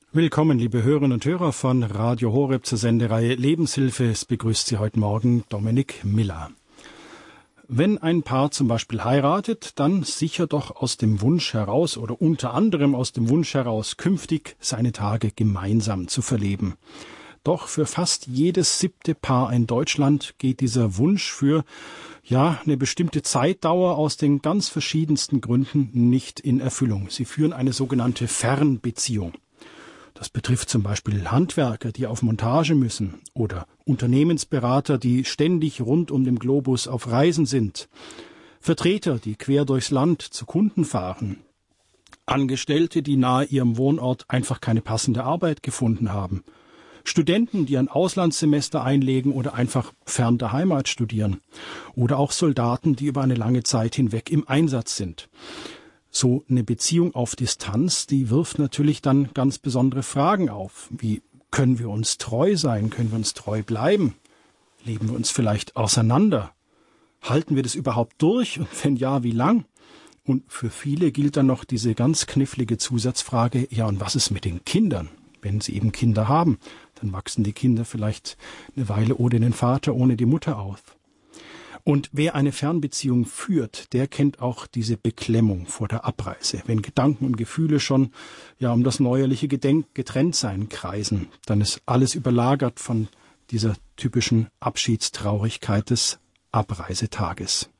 Willkommen, liebe Hörerinnen und Hörer von Radio Horeb zur Sendereihe Lebenshilfe. Es begrüßt Sie heute Morgen Dominik Miller. Wenn ein Paar zum Beispiel heiratet, dann sicher doch aus dem Wunsch heraus oder unter anderem aus dem Wunsch heraus, künftig seine Tage gemeinsam zu verleben. Doch für fast jedes 7. Paar in Deutschland geht dieser Wunsch für eine bestimmte Zeitdauer aus den ganz verschiedensten Gründen nicht in Erfüllung. Sie führen eine sogenannte Fernbeziehung. Das betrifft zum Beispiel Handwerker, die auf Montage müssen, oder Unternehmensberater, die ständig rund um den Globus auf Reisen sind, Vertreter, die quer durchs Land zu Kunden fahren, Angestellte, die nahe ihrem Wohnort einfach keine passende Arbeit gefunden haben, Studenten, die ein Auslandssemester einlegen oder einfach fern der Heimat studieren, oder auch Soldaten, die über eine lange Zeit hinweg im Einsatz sind. So eine Beziehung auf Distanz, die wirft natürlich dann ganz besondere Fragen auf. Wie können wir uns treu sein? Können wir uns treu bleiben? Leben wir uns vielleicht auseinander? Halten wir das überhaupt durch? Und wenn ja, wie lang? Und für viele gilt dann noch diese ganz knifflige Zusatzfrage, und was ist mit den Kindern? Wenn sie eben Kinder haben, dann wachsen die Kinder vielleicht eine Weile ohne den Vater, ohne die Mutter auf. Und wer eine Fernbeziehung führt, der kennt auch diese Beklemmung vor der Abreise. Wenn Gedanken und Gefühle schon um das neuerliche Getrenntsein kreisen, dann ist alles überlagert von dieser typischen Abschiedstraurigkeit des Abreisetages.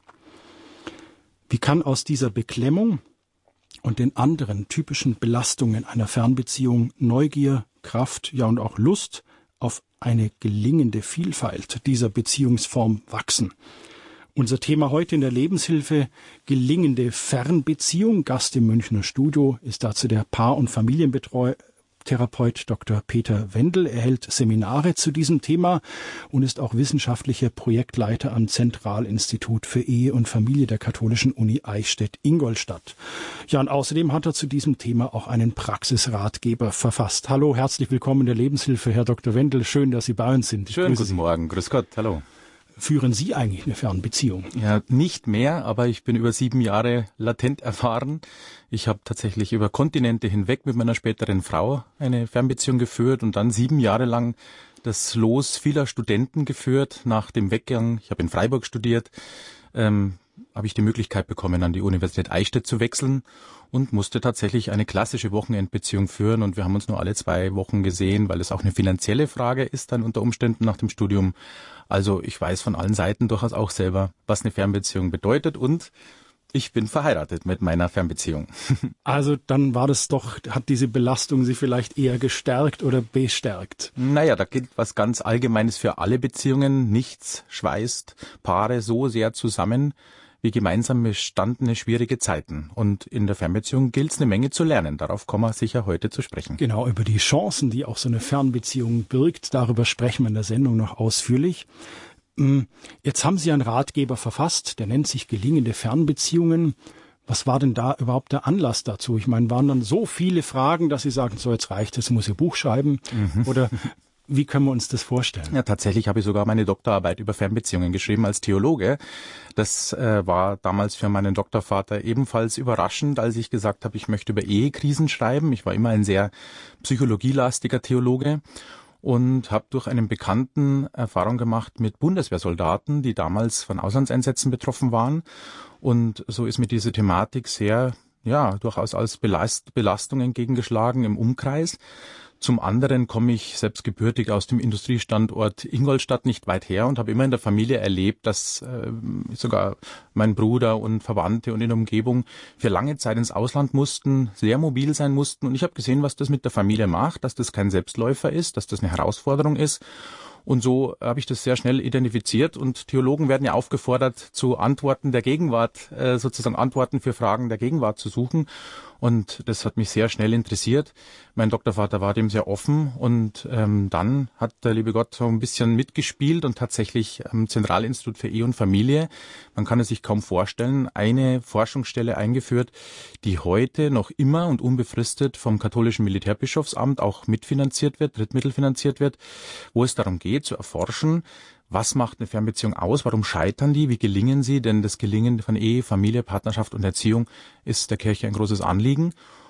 Wie kann aus dieser Beklemmung und den anderen typischen Belastungen einer Fernbeziehung Neugier, Kraft, und auch Lust auf eine gelingende Vielfalt dieser Beziehungsform wachsen? Unser Thema heute in der Lebenshilfe, gelingende Fernbeziehung. Gast im Münchner Studio ist dazu der Paar- und Familientherapeut Dr. Peter Wendel. Er hält Seminare zu diesem Thema und ist auch wissenschaftlicher Projektleiter am Zentralinstitut für Ehe und Familie der Katholischen Uni Eichstätt-Ingolstadt. Und außerdem hat er zu diesem Thema auch einen Praxisratgeber verfasst. Hallo, herzlich willkommen in der Lebenshilfe, Herr Dr. Wendel. Schön, dass Sie bei uns sind. Schönen guten Morgen. Grüß Gott. Hallo. Führen Sie eigentlich eine Fernbeziehung? Ja, nicht mehr, aber ich bin über 7 Jahre latent erfahren. Ich habe tatsächlich über Kontinente hinweg mit meiner späteren Frau eine Fernbeziehung geführt und dann 7 Jahre lang das Los vieler Studenten geführt. Nach dem Weggang, ich habe in Freiburg studiert, habe ich die Möglichkeit bekommen, an die Universität Eichstätt zu wechseln und musste tatsächlich eine klassische Wochenendbeziehung führen. Und wir haben uns nur alle 2 Wochen gesehen, weil es auch eine finanzielle Frage ist dann unter Umständen nach dem Studium. Also ich weiß von allen Seiten durchaus auch selber, was eine Fernbeziehung bedeutet, und ich bin verheiratet mit meiner Fernbeziehung. Also dann hat diese Belastung Sie vielleicht eher gestärkt oder bestärkt? Naja, da gilt was ganz Allgemeines für alle Beziehungen. Nichts schweißt Paare so sehr zusammen wie gemeinsam bestandene schwierige Zeiten. Und in der Fernbeziehung gilt es eine Menge zu lernen. Darauf kommen wir sicher heute zu sprechen. Genau, über die Chancen, die auch so eine Fernbeziehung birgt, darüber sprechen wir in der Sendung noch ausführlich. Jetzt haben Sie einen Ratgeber verfasst, der nennt sich Gelingende Fernbeziehungen. Was war denn da überhaupt der Anlass dazu? Ich meine, waren dann so viele Fragen, dass Sie sagen, so jetzt reicht es, muss ich Buch schreiben? Oder wie können wir uns das vorstellen? Ja, tatsächlich habe ich sogar meine Doktorarbeit über Fernbeziehungen geschrieben als Theologe. Das war damals für meinen Doktorvater ebenfalls überraschend, als ich gesagt habe, ich möchte über Ehekrisen schreiben. Ich war immer ein sehr psychologielastiger Theologe und habe durch einen Bekannten Erfahrung gemacht mit Bundeswehrsoldaten, die damals von Auslandseinsätzen betroffen waren. Und so ist mir diese Thematik sehr, durchaus als Belastung entgegengeschlagen im Umkreis. Zum anderen komme ich selbst gebürtig aus dem Industriestandort Ingolstadt, nicht weit her, und habe immer in der Familie erlebt, dass sogar mein Bruder und Verwandte und in der Umgebung für lange Zeit ins Ausland mussten, sehr mobil sein mussten. Und ich habe gesehen, was das mit der Familie macht, dass das kein Selbstläufer ist, dass das eine Herausforderung ist. Und so habe ich das sehr schnell identifiziert, und Theologen werden ja aufgefordert, zu Antworten der Gegenwart, sozusagen Antworten für Fragen der Gegenwart zu suchen. Und das hat mich sehr schnell interessiert. Mein Doktorvater war dem sehr offen, und dann hat der liebe Gott so ein bisschen mitgespielt und tatsächlich am Zentralinstitut für Ehe und Familie, man kann es sich kaum vorstellen, eine Forschungsstelle eingeführt, die heute noch immer und unbefristet vom katholischen Militärbischofsamt auch mitfinanziert wird, drittmittelfinanziert wird, wo es darum geht zu erforschen, was macht eine Fernbeziehung aus? Warum scheitern die? Wie gelingen sie? Denn das Gelingen von Ehe, Familie, Partnerschaft und Erziehung ist der Kirche ein großes Anliegen.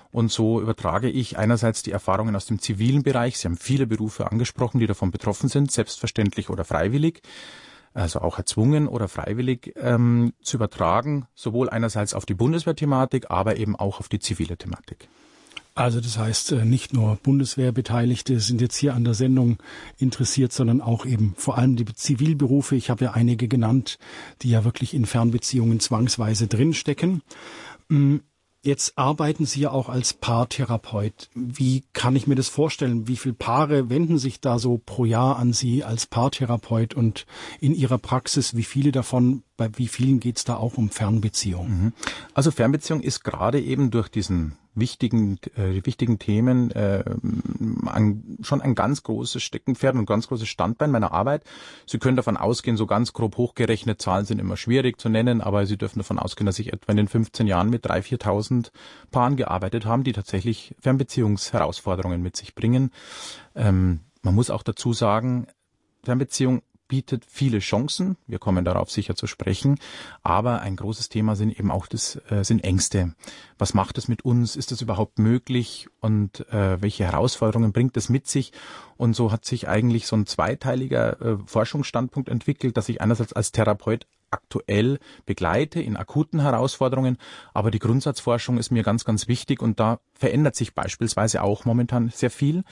Und so übertrage ich einerseits die Erfahrungen aus dem zivilen Bereich. Sie haben viele Berufe angesprochen, die davon betroffen sind, selbstverständlich oder freiwillig, also auch erzwungen oder freiwillig zu übertragen, sowohl einerseits auf die Bundeswehrthematik, aber eben auch auf die zivile Thematik. Also das heißt, nicht nur Bundeswehrbeteiligte sind jetzt hier an der Sendung interessiert, sondern auch eben vor allem die Zivilberufe. Ich habe ja einige genannt, die ja wirklich in Fernbeziehungen zwangsweise drinstecken. Jetzt arbeiten Sie ja auch als Paartherapeut. Wie kann ich mir das vorstellen? Wie viele Paare wenden sich da so pro Jahr an Sie als Paartherapeut und in Ihrer Praxis, wie viele davon, bei wie vielen geht es da auch um Fernbeziehungen? Also Fernbeziehung ist gerade eben durch diesen wichtigen Themen schon ein ganz großes Steckenpferd und ein ganz großes Standbein meiner Arbeit. Sie können davon ausgehen, so ganz grob hochgerechnet, Zahlen sind immer schwierig zu nennen, aber Sie dürfen davon ausgehen, dass ich etwa in den 15 Jahren mit 3.000, 4.000 Paaren gearbeitet habe, die tatsächlich Fernbeziehungsherausforderungen mit sich bringen. Man muss auch dazu sagen, Fernbeziehung bietet viele Chancen. Wir kommen darauf sicher zu sprechen. Aber ein großes Thema sind eben auch sind Ängste. Was macht es mit uns? Ist das überhaupt möglich? Und welche Herausforderungen bringt es mit sich? Und so hat sich eigentlich so ein zweiteiliger Forschungsstandpunkt entwickelt, dass ich einerseits als Therapeut aktuell begleite in akuten Herausforderungen, aber die Grundsatzforschung ist mir ganz, ganz wichtig und da verändert sich beispielsweise auch momentan sehr viel.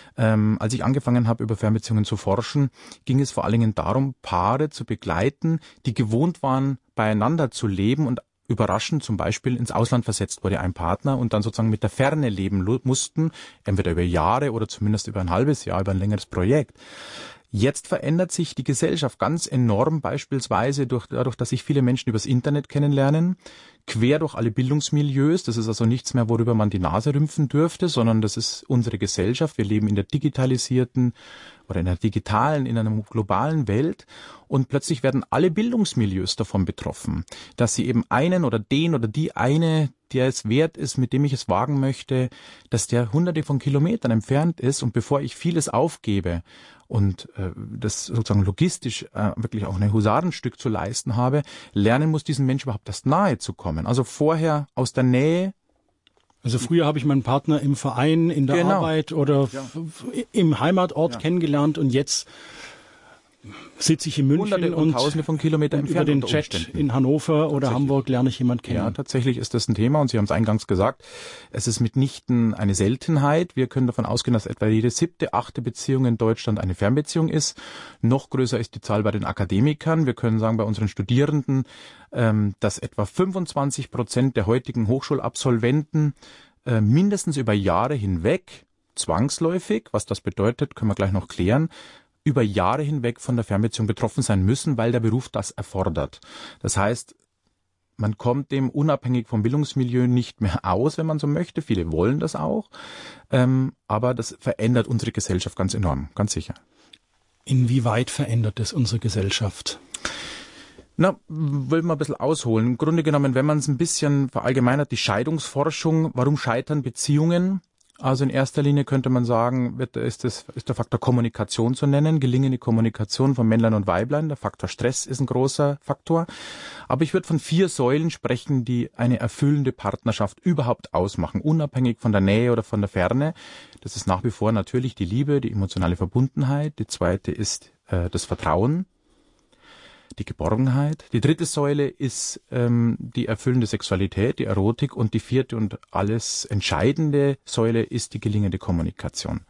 Als ich angefangen habe, über Fernbeziehungen zu forschen, ging es vor allen Dingen darum, Paare zu begleiten, die gewohnt waren, beieinander zu leben und überraschend zum Beispiel ins Ausland versetzt wurde ein Partner und dann sozusagen mit der Ferne leben mussten, entweder über Jahre oder zumindest über ein halbes Jahr, über ein längeres Projekt. Jetzt verändert sich die Gesellschaft ganz enorm, beispielsweise dadurch, dass sich viele Menschen übers Internet kennenlernen, quer durch alle Bildungsmilieus. Das ist also nichts mehr, worüber man die Nase rümpfen dürfte, sondern das ist unsere Gesellschaft. Wir leben in der digitalisierten oder in einer digitalen, in einer globalen Welt und plötzlich werden alle Bildungsmilieus davon betroffen, dass sie eben einen oder den oder die eine, der es wert ist, mit dem ich es wagen möchte, dass der hunderte von Kilometern entfernt ist und bevor ich vieles aufgebe und das sozusagen logistisch wirklich auch ein Husarenstück zu leisten habe, lernen muss, diesen Menschen überhaupt erst nahe zu kommen. Also vorher aus der Nähe. Also früher habe ich meinen Partner im Verein, in der Arbeit oder im Heimatort kennengelernt und jetzt sitze ich in München Hunderte und Tausende von Kilometern entfernt. Über den Chat in Hannover oder Hamburg lerne ich jemanden kennen. Ja, tatsächlich ist das ein Thema und Sie haben es eingangs gesagt, es ist mitnichten eine Seltenheit. Wir können davon ausgehen, dass etwa jede 7., 8. Beziehung in Deutschland eine Fernbeziehung ist. Noch größer ist die Zahl bei den Akademikern. Wir können sagen, bei unseren Studierenden, dass etwa 25% der heutigen Hochschulabsolventen mindestens über Jahre hinweg zwangsläufig, was das bedeutet, können wir gleich noch klären, über Jahre hinweg von der Fernbeziehung betroffen sein müssen, weil der Beruf das erfordert. Das heißt, man kommt dem unabhängig vom Bildungsmilieu nicht mehr aus, wenn man so möchte. Viele wollen das auch, aber das verändert unsere Gesellschaft ganz enorm, ganz sicher. Inwieweit verändert es unsere Gesellschaft? Will mal ein bisschen ausholen. Im Grunde genommen, wenn man es ein bisschen verallgemeinert, die Scheidungsforschung, warum scheitern Beziehungen? Also in erster Linie könnte man sagen, ist der Faktor Kommunikation zu nennen, gelingende Kommunikation von Männlein und Weiblein. Der Faktor Stress ist ein großer Faktor. Aber ich würde von 4 Säulen sprechen, die eine erfüllende Partnerschaft überhaupt ausmachen, unabhängig von der Nähe oder von der Ferne. Das ist nach wie vor natürlich die Liebe, die emotionale Verbundenheit. Die zweite ist das Vertrauen, die Geborgenheit. Die 3. Säule ist die erfüllende Sexualität, die Erotik und die 4. und alles entscheidende Säule ist die gelingende Kommunikation.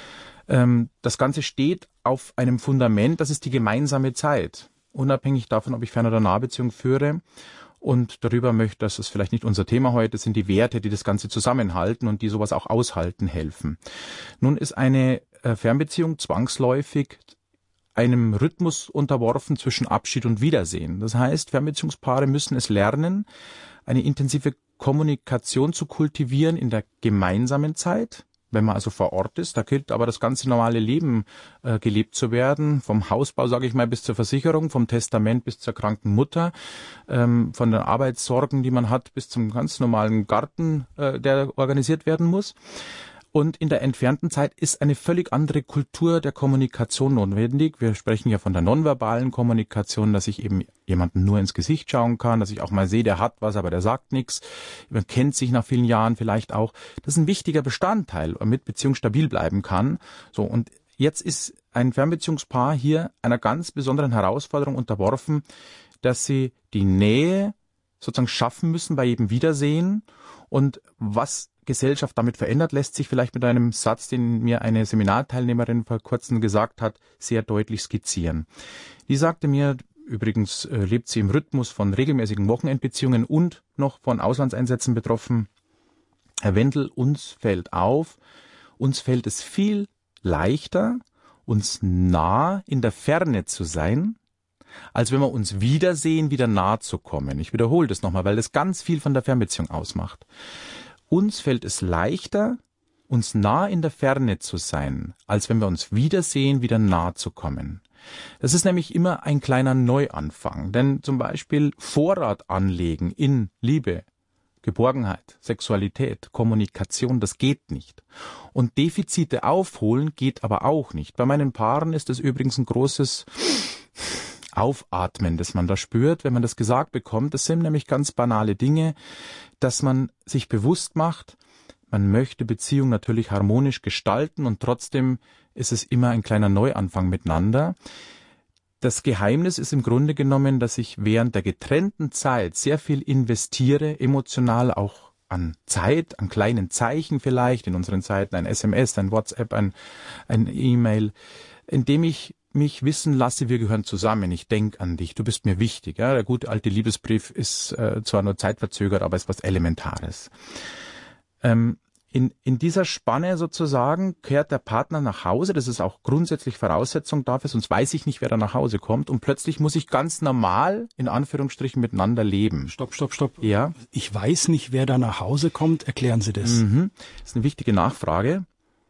Das Ganze steht auf einem Fundament, das ist die gemeinsame Zeit, unabhängig davon, ob ich Fern- oder Nahbeziehung führe. Und darüber das ist vielleicht nicht unser Thema heute, sind die Werte, die das Ganze zusammenhalten und die sowas auch aushalten helfen. Nun ist eine Fernbeziehung zwangsläufig einem Rhythmus unterworfen zwischen Abschied und Wiedersehen. Das heißt, Fernbeziehungspaare müssen es lernen, eine intensive Kommunikation zu kultivieren in der gemeinsamen Zeit, wenn man also vor Ort ist. Da gilt aber das ganze normale Leben gelebt zu werden, vom Hausbau, sage ich mal, bis zur Versicherung, vom Testament bis zur kranken Mutter, von den Arbeitssorgen, die man hat, bis zum ganz normalen Garten, der organisiert werden muss. Und in der entfernten Zeit ist eine völlig andere Kultur der Kommunikation notwendig. Wir sprechen ja von der nonverbalen Kommunikation, dass ich eben jemanden nur ins Gesicht schauen kann, dass ich auch mal sehe, der hat was, aber der sagt nichts. Man kennt sich nach vielen Jahren vielleicht auch. Das ist ein wichtiger Bestandteil, damit Beziehung stabil bleiben kann. So, und jetzt ist ein Fernbeziehungspaar hier einer ganz besonderen Herausforderung unterworfen, dass sie die Nähe sozusagen schaffen müssen bei jedem Wiedersehen. Und was Gesellschaft damit verändert, lässt sich vielleicht mit einem Satz, den mir eine Seminarteilnehmerin vor kurzem gesagt hat, sehr deutlich skizzieren. Die sagte mir, übrigens lebt sie im Rhythmus von regelmäßigen Wochenendbeziehungen und noch von Auslandseinsätzen betroffen. Herr Wendel, uns fällt es viel leichter, uns nah in der Ferne zu sein, als wenn wir uns wiedersehen, wieder nahe zu kommen. Ich wiederhole das nochmal, weil das ganz viel von der Fernbeziehung ausmacht. Uns fällt es leichter, uns nah in der Ferne zu sein, als wenn wir uns wiedersehen, wieder nahe zu kommen. Das ist nämlich immer ein kleiner Neuanfang, denn zum Beispiel Vorrat anlegen in Liebe, Geborgenheit, Sexualität, Kommunikation, das geht nicht. Und Defizite aufholen geht aber auch nicht. Bei meinen Paaren ist es übrigens ein großes Aufatmen, das man da spürt, wenn man das gesagt bekommt. Das sind nämlich ganz banale Dinge, dass man sich bewusst macht, man möchte Beziehung natürlich harmonisch gestalten und trotzdem ist es immer ein kleiner Neuanfang miteinander. Das Geheimnis ist im Grunde genommen, dass ich während der getrennten Zeit sehr viel investiere, emotional auch an Zeit, an kleinen Zeichen vielleicht, in unseren Zeiten ein SMS, ein WhatsApp, ein E-Mail, indem ich mich wissen lasse, wir gehören zusammen, ich denke an dich, du bist mir wichtig. Ja, der gute alte Liebesbrief ist zwar nur zeitverzögert, aber ist was Elementares. In dieser Spanne sozusagen kehrt der Partner nach Hause, das ist auch grundsätzlich Voraussetzung dafür, sonst weiß ich nicht, wer da nach Hause kommt und plötzlich muss ich ganz normal, in Anführungsstrichen, miteinander leben. Stopp. Ja. Ich weiß nicht, wer da nach Hause kommt, erklären Sie das. Das ist eine wichtige Nachfrage.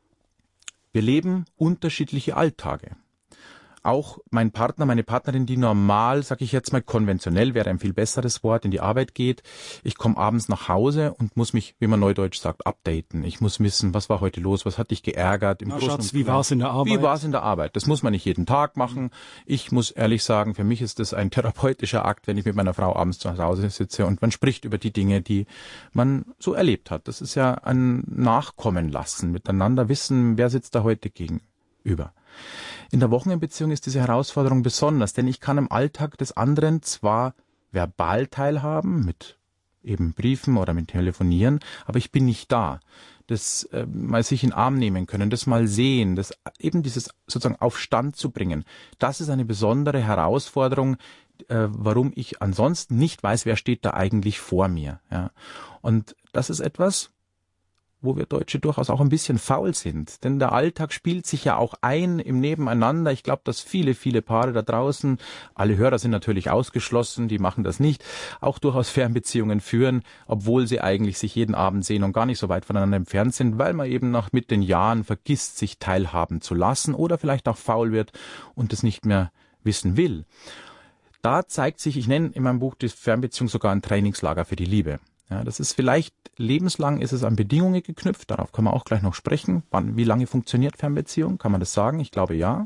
Wir leben unterschiedliche Alltage. Auch mein Partner, meine Partnerin, die normal, sag ich jetzt mal konventionell, wäre ein viel besseres Wort, in die Arbeit geht. Ich komme abends nach Hause und muss mich, wie man neudeutsch sagt, updaten. Ich muss wissen, was war heute los, was hat dich geärgert. Schatz, wie war es in der Arbeit? Wie war es in der Arbeit? Das muss man nicht jeden Tag machen. Ich muss ehrlich sagen, für mich ist das ein therapeutischer Akt, wenn ich mit meiner Frau abends zu Hause sitze und man spricht über die Dinge, die man so erlebt hat. Das ist ja ein Nachkommen lassen, miteinander wissen, wer sitzt da heute gegenüber. In der Wochenendbeziehung ist diese Herausforderung besonders, denn ich kann im Alltag des anderen zwar verbal teilhaben, mit eben Briefen oder mit Telefonieren, aber ich bin nicht da. Das mal sich in den Arm nehmen können, das mal sehen, das eben dieses sozusagen auf Stand zu bringen, das ist eine besondere Herausforderung, warum ich ansonsten nicht weiß, wer steht da eigentlich vor mir. Ja. Und das ist etwas, wo wir Deutsche durchaus auch ein bisschen faul sind. Denn der Alltag spielt sich ja auch ein im Nebeneinander. Ich glaube, dass viele, viele Paare da draußen, alle Hörer sind natürlich ausgeschlossen, die machen das nicht, auch durchaus Fernbeziehungen führen, obwohl sie eigentlich sich jeden Abend sehen und gar nicht so weit voneinander entfernt sind, weil man eben mit den Jahren vergisst, sich teilhaben zu lassen oder vielleicht auch faul wird und es nicht mehr wissen will. Da zeigt sich, ich nenne in meinem Buch die Fernbeziehung sogar ein Trainingslager für die Liebe. Ja, das ist vielleicht lebenslang, ist es an Bedingungen geknüpft, darauf kann man auch gleich noch sprechen. Wie lange funktioniert Fernbeziehung? Kann man das sagen? Ich glaube ja.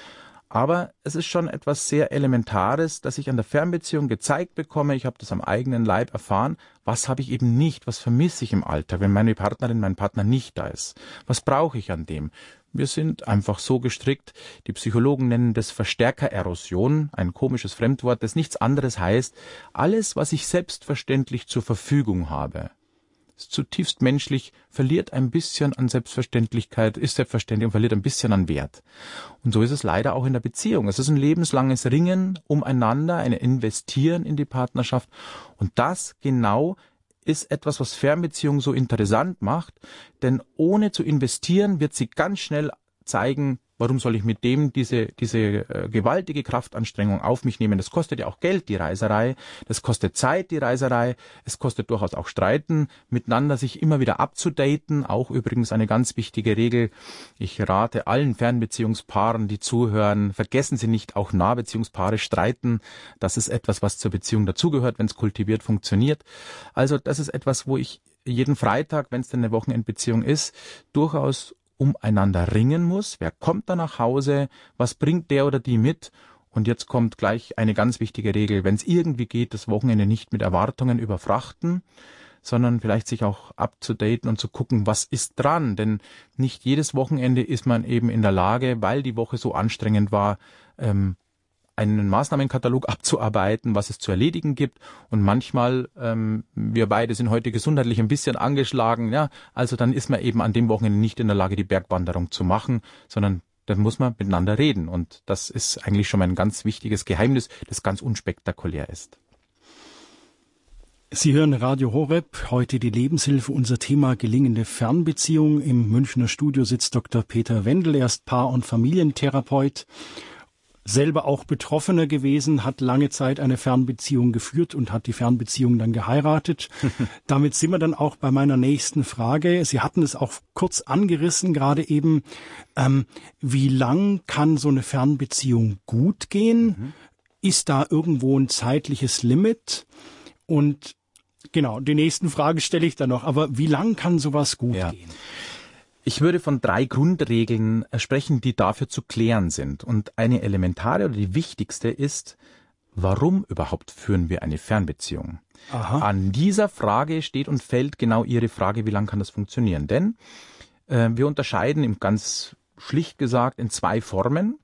Aber es ist schon etwas sehr Elementares, dass ich an der Fernbeziehung gezeigt bekomme, ich habe das am eigenen Leib erfahren, was habe ich eben nicht, was vermisse ich im Alltag, wenn meine Partnerin, mein Partner nicht da ist. Was brauche ich an dem? Wir sind einfach so gestrickt, die Psychologen nennen das Verstärkererosion, ein komisches Fremdwort, das nichts anderes heißt, alles, was ich selbstverständlich zur Verfügung habe, ist zutiefst menschlich, verliert ein bisschen an Selbstverständlichkeit, ist selbstverständlich und verliert ein bisschen an Wert. Und so ist es leider auch in der Beziehung. Es ist ein lebenslanges Ringen umeinander, ein Investieren in die Partnerschaft. Und das genau ist etwas, was Fernbeziehung so interessant macht, denn ohne zu investieren wird sie ganz schnell zeigen, warum soll ich mit dem diese gewaltige Kraftanstrengung auf mich nehmen. Das kostet ja auch Geld, die Reiserei, das kostet Zeit, die Reiserei, es kostet durchaus auch Streiten, miteinander sich immer wieder abzudaten, auch übrigens eine ganz wichtige Regel. Ich rate allen Fernbeziehungspaaren, die zuhören, vergessen Sie nicht, auch Nahbeziehungspaare streiten. Das ist etwas, was zur Beziehung dazugehört, wenn es kultiviert funktioniert. Also das ist etwas, wo ich jeden Freitag, wenn es denn eine Wochenendbeziehung ist, durchaus umeinander ringen muss. Wer kommt da nach Hause? Was bringt der oder die mit? Und jetzt kommt gleich eine ganz wichtige Regel. Wenn es irgendwie geht, das Wochenende nicht mit Erwartungen überfrachten, sondern vielleicht sich auch up-to-daten und zu gucken, was ist dran. Denn nicht jedes Wochenende ist man eben in der Lage, weil die Woche so anstrengend war, einen Maßnahmenkatalog abzuarbeiten, was es zu erledigen gibt. Und manchmal, wir beide sind heute gesundheitlich ein bisschen angeschlagen, ja, also dann ist man eben an dem Wochenende nicht in der Lage, die Bergwanderung zu machen, sondern dann muss man miteinander reden. Und das ist eigentlich schon mal ein ganz wichtiges Geheimnis, das ganz unspektakulär ist. Sie hören Radio Horeb, heute die Lebenshilfe, unser Thema gelingende Fernbeziehung. Im Münchner Studio sitzt Dr. Peter Wendel, er ist Paar- und Familientherapeut, selber auch Betroffener gewesen, hat lange Zeit eine Fernbeziehung geführt und hat die Fernbeziehung dann geheiratet. Damit sind wir dann auch bei meiner nächsten Frage. Sie hatten es auch kurz angerissen, gerade eben, wie lang kann so eine Fernbeziehung gut gehen? Ist da irgendwo ein zeitliches Limit? Und genau, die nächsten Fragen stelle ich dann noch. Aber wie lang kann sowas gut gehen? Ich würde von 3 Grundregeln sprechen, die dafür zu klären sind. Und eine elementare oder die wichtigste ist, warum überhaupt führen wir eine Fernbeziehung? Aha. An dieser Frage steht und fällt genau Ihre Frage, wie lang kann das funktionieren? Denn wir unterscheiden, ganz schlicht gesagt, in 2 Formen.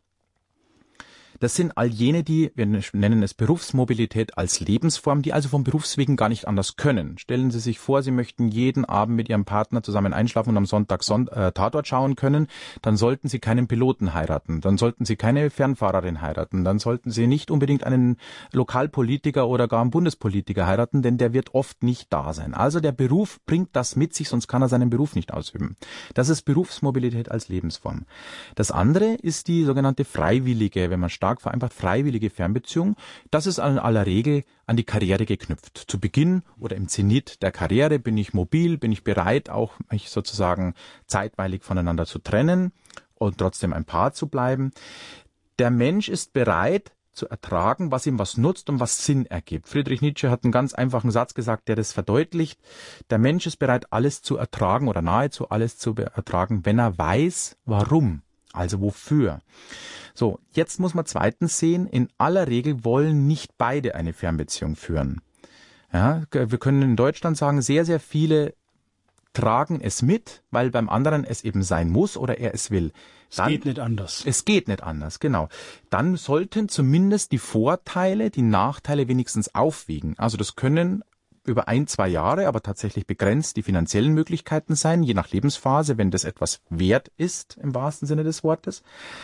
Das sind all jene, wir nennen es Berufsmobilität als Lebensform, die also vom Berufswegen gar nicht anders können. Stellen Sie sich vor, Sie möchten jeden Abend mit Ihrem Partner zusammen einschlafen und am Sonntag Tatort schauen können, dann sollten Sie keinen Piloten heiraten, dann sollten Sie keine Fernfahrerin heiraten, dann sollten Sie nicht unbedingt einen Lokalpolitiker oder gar einen Bundespolitiker heiraten, denn der wird oft nicht da sein. Also der Beruf bringt das mit sich, sonst kann er seinen Beruf nicht ausüben. Das ist Berufsmobilität als Lebensform. Das andere ist die sogenannte freiwillige, wenn man stark vereinbart, freiwillige Fernbeziehung. Das ist in aller Regel an die Karriere geknüpft. Zu Beginn oder im Zenit der Karriere bin ich mobil, bin ich bereit, auch mich sozusagen zeitweilig voneinander zu trennen und trotzdem ein Paar zu bleiben. Der Mensch ist bereit zu ertragen, was ihm was nutzt und was Sinn ergibt. Friedrich Nietzsche hat einen ganz einfachen Satz gesagt, der das verdeutlicht. Der Mensch ist bereit, alles zu ertragen oder nahezu alles zu ertragen, wenn er weiß, warum. Also wofür? So, jetzt muss man zweitens sehen, in aller Regel wollen nicht beide eine Fernbeziehung führen. Ja, wir können in Deutschland sagen, sehr, sehr viele tragen es mit, weil beim anderen es eben sein muss oder er es will. Es geht nicht anders. Es geht nicht anders, genau. Dann sollten zumindest die Vorteile, die Nachteile wenigstens aufwiegen. Also das können über 1-2 Jahre, aber tatsächlich begrenzt die finanziellen Möglichkeiten sein, je nach Lebensphase, wenn das etwas wert ist, im wahrsten Sinne des Wortes.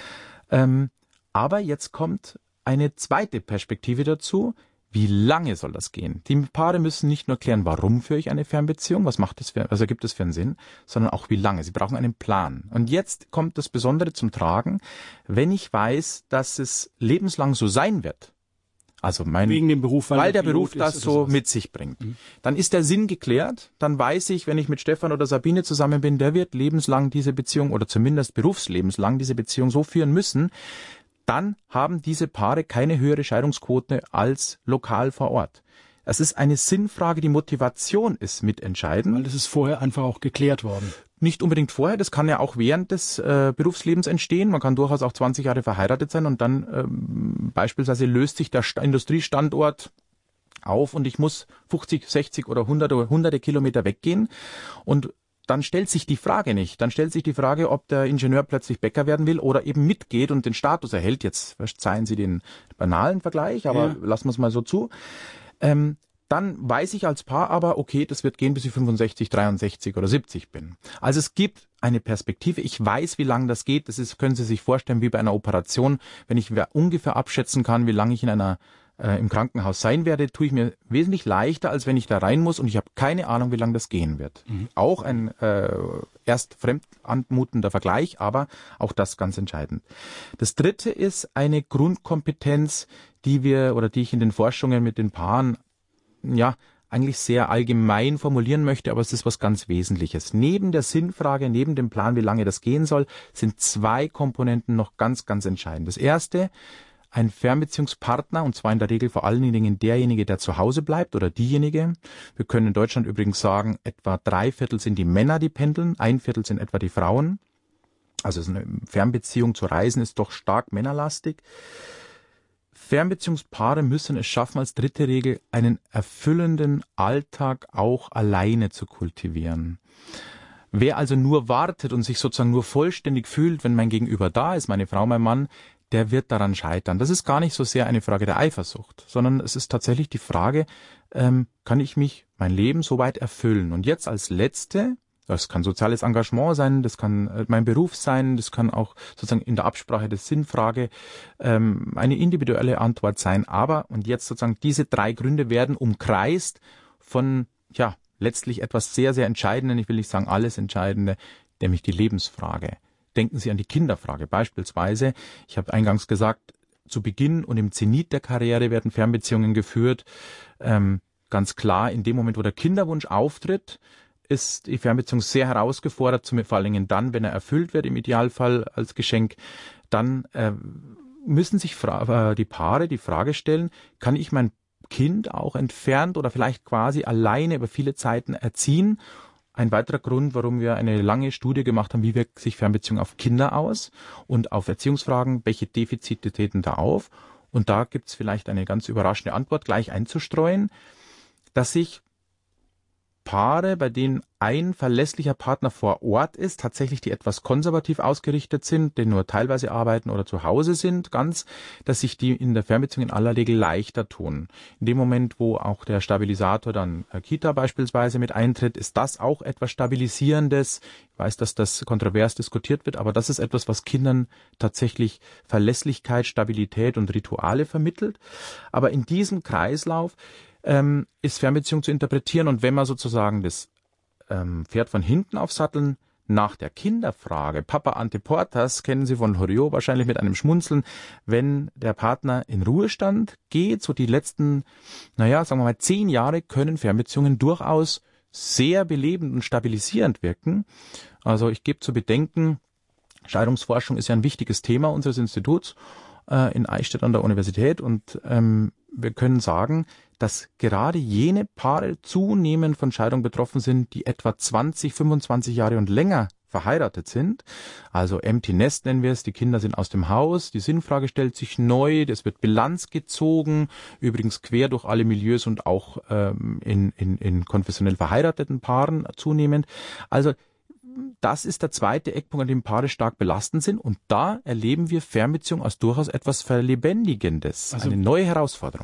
Aber jetzt kommt eine zweite Perspektive dazu. Wie lange soll das gehen? Die Paare müssen nicht nur klären, warum führe ich eine Fernbeziehung, was ergibt es für einen Sinn, sondern auch wie lange. Sie brauchen einen Plan. Und jetzt kommt das Besondere zum Tragen, wenn ich weiß, dass es lebenslang so sein wird. Also wegen dem Beruf, weil der Beruf das so mit sich bringt. Dann ist der Sinn geklärt, dann weiß ich, wenn ich mit Stefan oder Sabine zusammen bin, der wird lebenslang diese Beziehung oder zumindest berufslebenslang diese Beziehung so führen müssen, dann haben diese Paare keine höhere Scheidungsquote als lokal vor Ort. Es ist eine Sinnfrage, die Motivation ist mitentscheidend. Weil das ist vorher einfach auch geklärt worden. Nicht unbedingt vorher, das kann ja auch während des Berufslebens entstehen. Man kann durchaus auch 20 Jahre verheiratet sein und dann beispielsweise löst sich der Industriestandort auf und ich muss 50, 60 oder 100 Kilometer weggehen und dann stellt sich die Frage nicht. Dann stellt sich die Frage, ob der Ingenieur plötzlich Bäcker werden will oder eben mitgeht und den Status erhält. Jetzt verzeihen Sie den banalen Vergleich, aber lassen wir es mal so zu. Dann weiß ich als Paar aber, okay, das wird gehen, bis ich 65, 63 oder 70 bin. Also es gibt eine Perspektive. Ich weiß, wie lange das geht. Das ist, können Sie sich vorstellen, wie bei einer Operation. Wenn ich ungefähr abschätzen kann, wie lange ich im Krankenhaus sein werde, tue ich mir wesentlich leichter, als wenn ich da rein muss und ich habe keine Ahnung, wie lange das gehen wird. Auch ein erst fremd anmutender Vergleich, aber auch das ganz entscheidend. Das Dritte ist eine Grundkompetenz, die ich in den Forschungen mit den Paaren eigentlich sehr allgemein formulieren möchte, aber es ist was ganz Wesentliches. Neben der Sinnfrage, neben dem Plan, wie lange das gehen soll, sind 2 Komponenten noch ganz, ganz entscheidend. Das erste, ein Fernbeziehungspartner, und zwar in der Regel vor allen Dingen derjenige, der zu Hause bleibt oder diejenige. Wir können in Deutschland übrigens sagen, etwa 3/4 sind die Männer, die pendeln, 1/4 sind etwa die Frauen. Also so eine Fernbeziehung zu reisen ist doch stark männerlastig. Fernbeziehungspaare müssen es schaffen, als dritte Regel einen erfüllenden Alltag auch alleine zu kultivieren. Wer also nur wartet und sich sozusagen nur vollständig fühlt, wenn mein Gegenüber da ist, meine Frau, mein Mann, der wird daran scheitern. Das ist gar nicht so sehr eine Frage der Eifersucht, sondern es ist tatsächlich die Frage, kann ich mein Leben soweit erfüllen? Und jetzt als letzte, das kann soziales Engagement sein, das kann mein Beruf sein, das kann auch sozusagen in der Absprache der Sinnfrage eine individuelle Antwort sein. Aber, und jetzt sozusagen diese 3 Gründe werden umkreist von, letztlich etwas sehr, sehr Entscheidenden, ich will nicht sagen alles Entscheidende, nämlich die Lebensfrage. Denken Sie an die Kinderfrage beispielsweise. Ich habe eingangs gesagt, zu Beginn und im Zenit der Karriere werden Fernbeziehungen geführt. Ganz klar, in dem Moment, wo der Kinderwunsch auftritt, ist die Fernbeziehung sehr herausgefordert, vor allen Dingen dann, wenn er erfüllt wird, im Idealfall als Geschenk. Dann müssen sich die Paare die Frage stellen, kann ich mein Kind auch entfernt oder vielleicht quasi alleine über viele Zeiten erziehen? Ein weiterer Grund, warum wir eine lange Studie gemacht haben, wie wirkt sich Fernbeziehung auf Kinder aus und auf Erziehungsfragen, welche Defizite treten da auf? Und da gibt es vielleicht eine ganz überraschende Antwort gleich einzustreuen, dass sich Paare, bei denen ein verlässlicher Partner vor Ort ist, tatsächlich die etwas konservativ ausgerichtet sind, die nur teilweise arbeiten oder zu Hause sind, dass sich die in der Fernbeziehung in aller Regel leichter tun. In dem Moment, wo auch der Stabilisator dann Kita beispielsweise mit eintritt, ist das auch etwas Stabilisierendes. Ich weiß, dass das kontrovers diskutiert wird, aber das ist etwas, was Kindern tatsächlich Verlässlichkeit, Stabilität und Rituale vermittelt. Aber in diesem Kreislauf ist Fernbeziehung zu interpretieren, und wenn man sozusagen das Pferd von hinten aufsatteln, nach der Kinderfrage, Papa ante portas, kennen Sie von Loriot wahrscheinlich mit einem Schmunzeln, wenn der Partner in Ruhestand geht, so die letzten, sagen wir mal 10 Jahre, können Fernbeziehungen durchaus sehr belebend und stabilisierend wirken. Also ich gebe zu bedenken, Scheidungsforschung ist ja ein wichtiges Thema unseres Instituts in Eichstätt an der Universität, und wir können sagen, dass gerade jene Paare zunehmend von Scheidung betroffen sind, die etwa 20, 25 Jahre und länger verheiratet sind. Also Empty Nest nennen wir es, die Kinder sind aus dem Haus, die Sinnfrage stellt sich neu, es wird Bilanz gezogen, übrigens quer durch alle Milieus und auch in konfessionell verheirateten Paaren zunehmend. Also das ist der zweite Eckpunkt, an dem Paare stark belastend sind, und da erleben wir Fernbeziehung als durchaus etwas Verlebendigendes, also eine neue Herausforderung.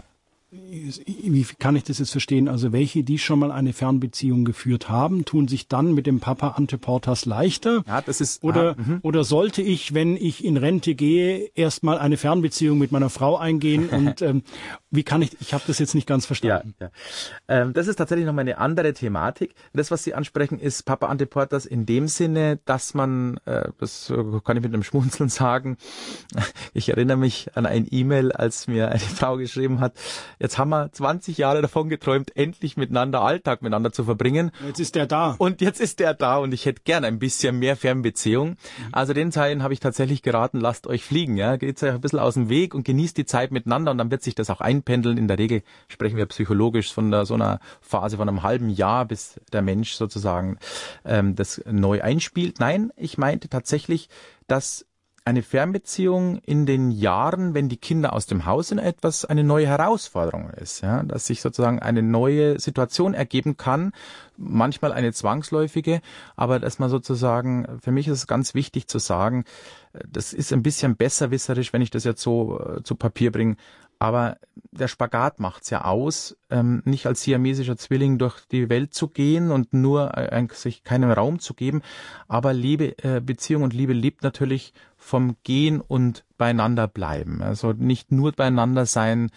Wie kann ich das jetzt verstehen? Also welche, die schon mal eine Fernbeziehung geführt haben, tun sich dann mit dem Papa ante portas leichter? Ja, das ist oder sollte ich, wenn ich in Rente gehe, erstmal eine Fernbeziehung mit meiner Frau eingehen? Und wie kann ich habe das jetzt nicht ganz verstanden. Ja. Das ist tatsächlich nochmal eine andere Thematik. Das, was Sie ansprechen, ist Papa ante portas in dem Sinne, dass man, das kann ich mit einem Schmunzeln sagen, ich erinnere mich an ein E-Mail, als mir eine Frau geschrieben hat, jetzt haben wir 20 Jahre davon geträumt, endlich Alltag miteinander zu verbringen. Jetzt ist der da. Und jetzt ist der da, und ich hätte gern ein bisschen mehr Fernbeziehung. Also den Zeilen habe ich tatsächlich geraten, lasst euch fliegen. Ja, geht euch ein bisschen aus dem Weg und genießt die Zeit miteinander, und dann wird sich das auch einpendeln. In der Regel sprechen wir psychologisch von so einer Phase von einem halben Jahr, bis der Mensch sozusagen das neu einspielt. Nein, ich meinte tatsächlich, dass eine Fernbeziehung in den Jahren, wenn die Kinder aus dem Haus sind, eine neue Herausforderung ist, ja, dass sich sozusagen eine neue Situation ergeben kann, manchmal eine zwangsläufige, aber dass man sozusagen, für mich ist es ganz wichtig zu sagen, das ist ein bisschen besserwisserisch, wenn ich das jetzt so zu Papier bringe, aber der Spagat macht's ja aus, nicht als siamesischer Zwilling durch die Welt zu gehen und nur sich keinen Raum zu geben. Aber Beziehung und Liebe lebt natürlich vom Gehen und beieinander bleiben. Also nicht nur beieinander sein.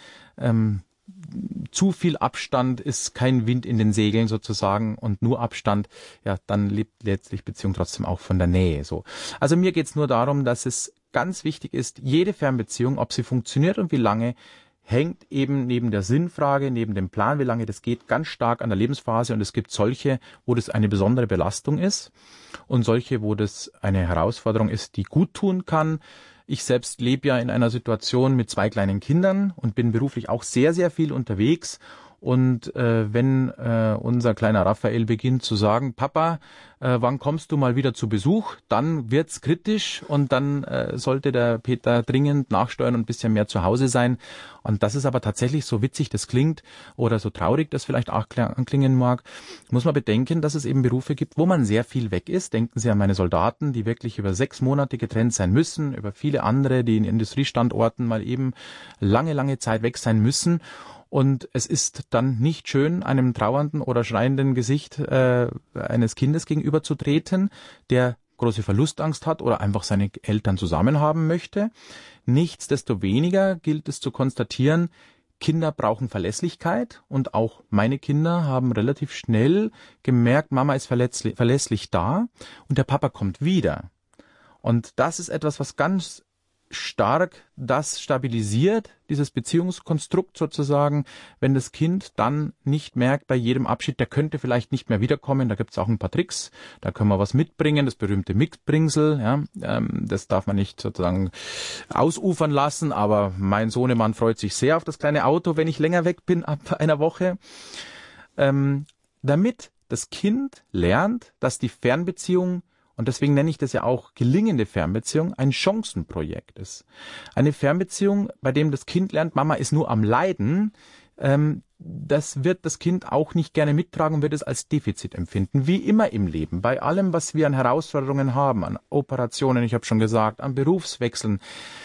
Zu viel Abstand ist kein Wind in den Segeln sozusagen, und nur Abstand, ja, dann lebt letztlich Beziehung trotzdem auch von der Nähe. So. Also mir geht's nur darum, dass es ganz wichtig ist, jede Fernbeziehung, ob sie funktioniert und wie lange, hängt eben neben der Sinnfrage, neben dem Plan, wie lange das geht, ganz stark an der Lebensphase. Und es gibt solche, wo das eine besondere Belastung ist, und solche, wo das eine Herausforderung ist, die gut tun kann. Ich selbst lebe ja in einer Situation mit 2 kleinen Kindern und bin beruflich auch sehr, sehr viel unterwegs. Und wenn unser kleiner Raphael beginnt zu sagen, Papa, wann kommst du mal wieder zu Besuch, dann wird's kritisch und dann sollte der Peter dringend nachsteuern und ein bisschen mehr zu Hause sein. Und das ist aber tatsächlich, so witzig das klingt oder so traurig das vielleicht auch klingen mag, muss man bedenken, dass es eben Berufe gibt, wo man sehr viel weg ist. Denken Sie an meine Soldaten, die wirklich über 6 Monate getrennt sein müssen, über viele andere, die in Industriestandorten mal eben lange, lange Zeit weg sein müssen. Und es ist dann nicht schön, einem trauernden oder schreienden Gesicht eines Kindes gegenüberzutreten, der große Verlustangst hat oder einfach seine Eltern zusammen haben möchte. Nichtsdestoweniger gilt es zu konstatieren, Kinder brauchen Verlässlichkeit und auch meine Kinder haben relativ schnell gemerkt, Mama ist verlässlich da und der Papa kommt wieder. Und das ist etwas, was ganz stark das stabilisiert, dieses Beziehungskonstrukt sozusagen, wenn das Kind dann nicht merkt bei jedem Abschied, der könnte vielleicht nicht mehr wiederkommen, da gibt es auch ein paar Tricks, da können wir was mitbringen, das berühmte Mitbringsel, ja, das darf man nicht sozusagen ausufern lassen, aber mein Sohnemann freut sich sehr auf das kleine Auto, wenn ich länger weg bin, ab einer Woche, damit das Kind lernt, dass die Fernbeziehung, und deswegen nenne ich das ja auch gelingende Fernbeziehung, ein Chancenprojekt ist. Eine Fernbeziehung, bei dem das Kind lernt, Mama ist nur am Leiden, das wird das Kind auch nicht gerne mittragen und wird es als Defizit empfinden. Wie immer im Leben, bei allem, was wir an Herausforderungen haben, an Operationen, ich habe schon gesagt, an Berufswechseln,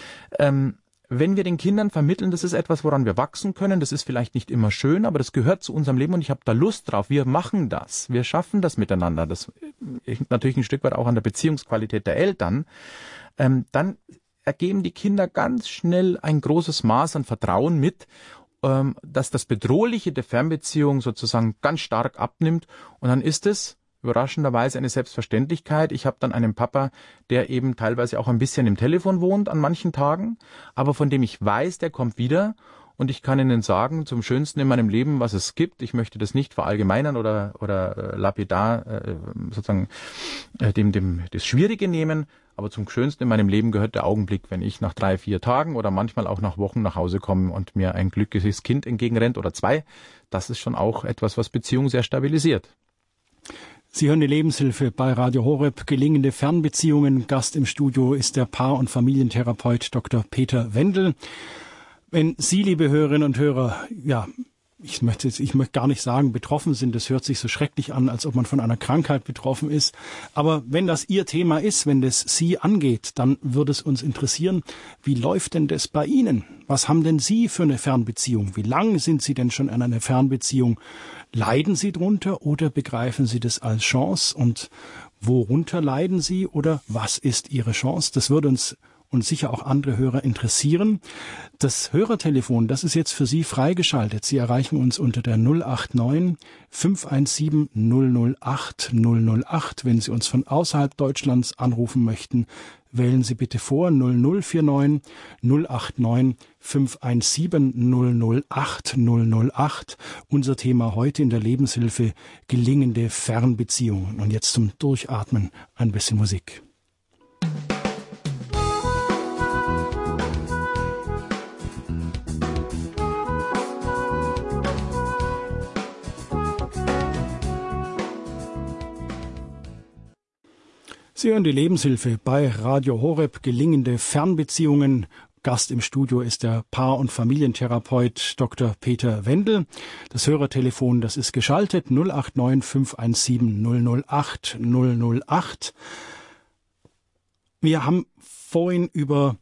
wenn wir den Kindern vermitteln, das ist etwas, woran wir wachsen können, das ist vielleicht nicht immer schön, aber das gehört zu unserem Leben und ich habe da Lust drauf, wir machen das, wir schaffen das miteinander, das hängt natürlich ein Stück weit auch an der Beziehungsqualität der Eltern, dann ergeben die Kinder ganz schnell ein großes Maß an Vertrauen mit, dass das Bedrohliche der Fernbeziehung sozusagen ganz stark abnimmt und dann ist es überraschenderweise eine Selbstverständlichkeit. Ich habe dann einen Papa, der eben teilweise auch ein bisschen im Telefon wohnt an manchen Tagen, aber von dem ich weiß, der kommt wieder und ich kann Ihnen sagen, zum Schönsten in meinem Leben, was es gibt, ich möchte das nicht verallgemeinern oder lapidar sozusagen das Schwierige nehmen, aber zum Schönsten in meinem Leben gehört der Augenblick, wenn ich nach 3, 4 Tagen oder manchmal auch nach Wochen nach Hause komme und mir ein glückliches Kind entgegenrennt oder 2. Das ist schon auch etwas, was Beziehungen sehr stabilisiert. Sie hören die Lebenshilfe bei Radio Horeb, gelingende Fernbeziehungen. Gast im Studio ist der Paar- und Familientherapeut Dr. Peter Wendel. Wenn Sie, liebe Hörerinnen und Hörer, ich möchte gar nicht sagen, betroffen sind, das hört sich so schrecklich an, als ob man von einer Krankheit betroffen ist. Aber wenn das Ihr Thema ist, wenn das Sie angeht, dann würde es uns interessieren, wie läuft denn das bei Ihnen? Was haben denn Sie für eine Fernbeziehung? Wie lange sind Sie denn schon in einer Fernbeziehung? Leiden Sie drunter oder begreifen Sie das als Chance? Und worunter leiden Sie oder was ist Ihre Chance? Das würde uns und sicher auch andere Hörer interessieren. Das Hörertelefon, das ist jetzt für Sie freigeschaltet. Sie erreichen uns unter der 089 517 008 008. Wenn Sie uns von außerhalb Deutschlands anrufen möchten, wählen Sie bitte vor 0049 089 517 008 008. Unser Thema heute in der Lebenshilfe, gelingende Fernbeziehungen. Und jetzt zum Durchatmen ein bisschen Musik. Sie hören die Lebenshilfe bei Radio Horeb, gelingende Fernbeziehungen. Gast im Studio ist der Paar- und Familientherapeut Dr. Peter Wendel. Das Hörertelefon, das ist geschaltet, 089 517 008 008. Wir haben vorhin über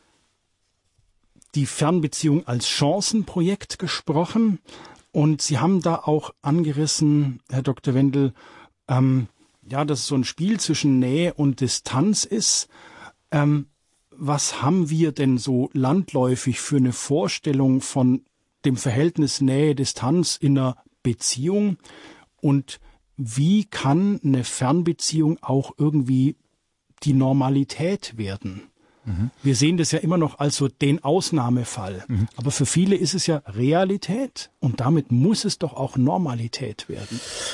die Fernbeziehung als Chancenprojekt gesprochen und Sie haben da auch angerissen, Herr Dr. Wendel, dass es so ein Spiel zwischen Nähe und Distanz ist. Was haben wir denn so landläufig für eine Vorstellung von dem Verhältnis Nähe-Distanz in einer Beziehung? Und wie kann eine Fernbeziehung auch irgendwie die Normalität werden? Mhm. Wir sehen das ja immer noch als so den Ausnahmefall. Mhm. Aber für viele ist es ja Realität und damit muss es doch auch Normalität werden.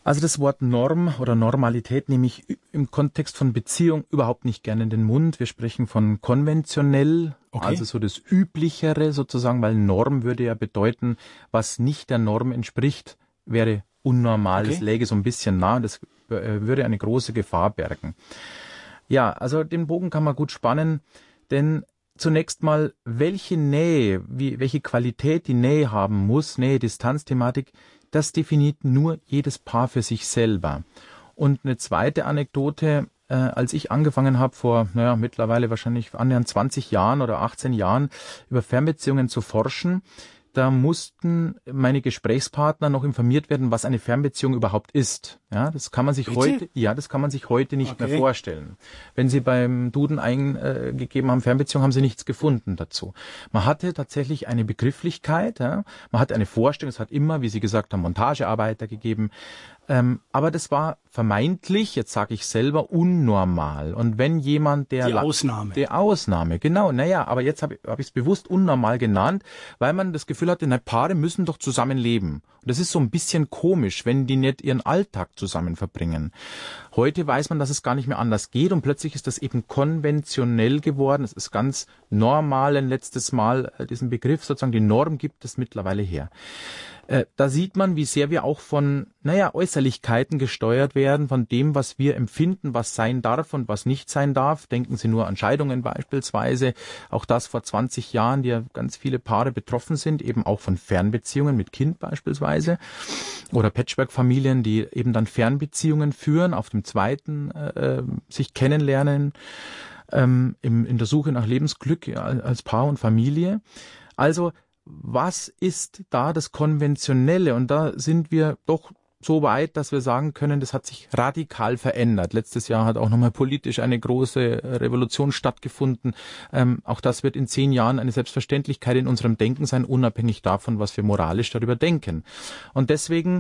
Also das Wort Norm oder Normalität nehme ich im Kontext von Beziehung überhaupt nicht gerne in den Mund. Wir sprechen von konventionell, also so das Üblichere sozusagen, weil Norm würde ja bedeuten, was nicht der Norm entspricht, wäre unnormal. Das läge so ein bisschen nah und das würde eine große Gefahr bergen. Ja, also den Bogen kann man gut spannen, denn zunächst mal, welche Nähe, welche Qualität die Nähe haben muss, Nähe-Distanz-Thematik, das definiert nur jedes Paar für sich selber. Und eine zweite Anekdote, als ich angefangen habe vor, mittlerweile wahrscheinlich annähernd 20 Jahren oder 18 Jahren über Fernbeziehungen zu forschen, da mussten meine Gesprächspartner noch informiert werden, was eine Fernbeziehung überhaupt ist. Ja, das kann man sich heute nicht mehr vorstellen. Wenn Sie beim Duden eingegeben haben, Fernbeziehung, haben Sie nichts gefunden dazu. Man hatte tatsächlich eine Begrifflichkeit, ja? Man hatte eine Vorstellung, es hat immer, wie Sie gesagt haben, Montagearbeiter gegeben. Aber das war vermeintlich, jetzt sage ich selber, unnormal. Und wenn jemand die Ausnahme, genau, aber jetzt habe ich es bewusst unnormal genannt, weil man das Gefühl hatte, Paare müssen doch zusammen leben. Und das ist so ein bisschen komisch, wenn die nicht ihren Alltag zusammen verbringen. Heute weiß man, dass es gar nicht mehr anders geht und plötzlich ist das eben konventionell geworden. Es ist ganz normal, ein letztes Mal diesen Begriff, sozusagen die Norm gibt es mittlerweile her. Da sieht man, wie sehr wir auch von, Äußerlichkeiten gesteuert werden, von dem, was wir empfinden, was sein darf und was nicht sein darf. Denken Sie nur an Scheidungen beispielsweise. Auch das vor 20 Jahren, die ja ganz viele Paare betroffen sind, eben auch von Fernbeziehungen mit Kind beispielsweise. Oder Patchwork-Familien, die eben dann Fernbeziehungen führen, auf dem zweiten sich kennenlernen, in der Suche nach Lebensglück als Paar und Familie. Also, was ist da das Konventionelle? Und da sind wir doch so weit, dass wir sagen können, das hat sich radikal verändert. Letztes Jahr hat auch nochmal politisch eine große Revolution stattgefunden. Auch das wird in 10 Jahren eine Selbstverständlichkeit in unserem Denken sein, unabhängig davon, was wir moralisch darüber denken. Und deswegen,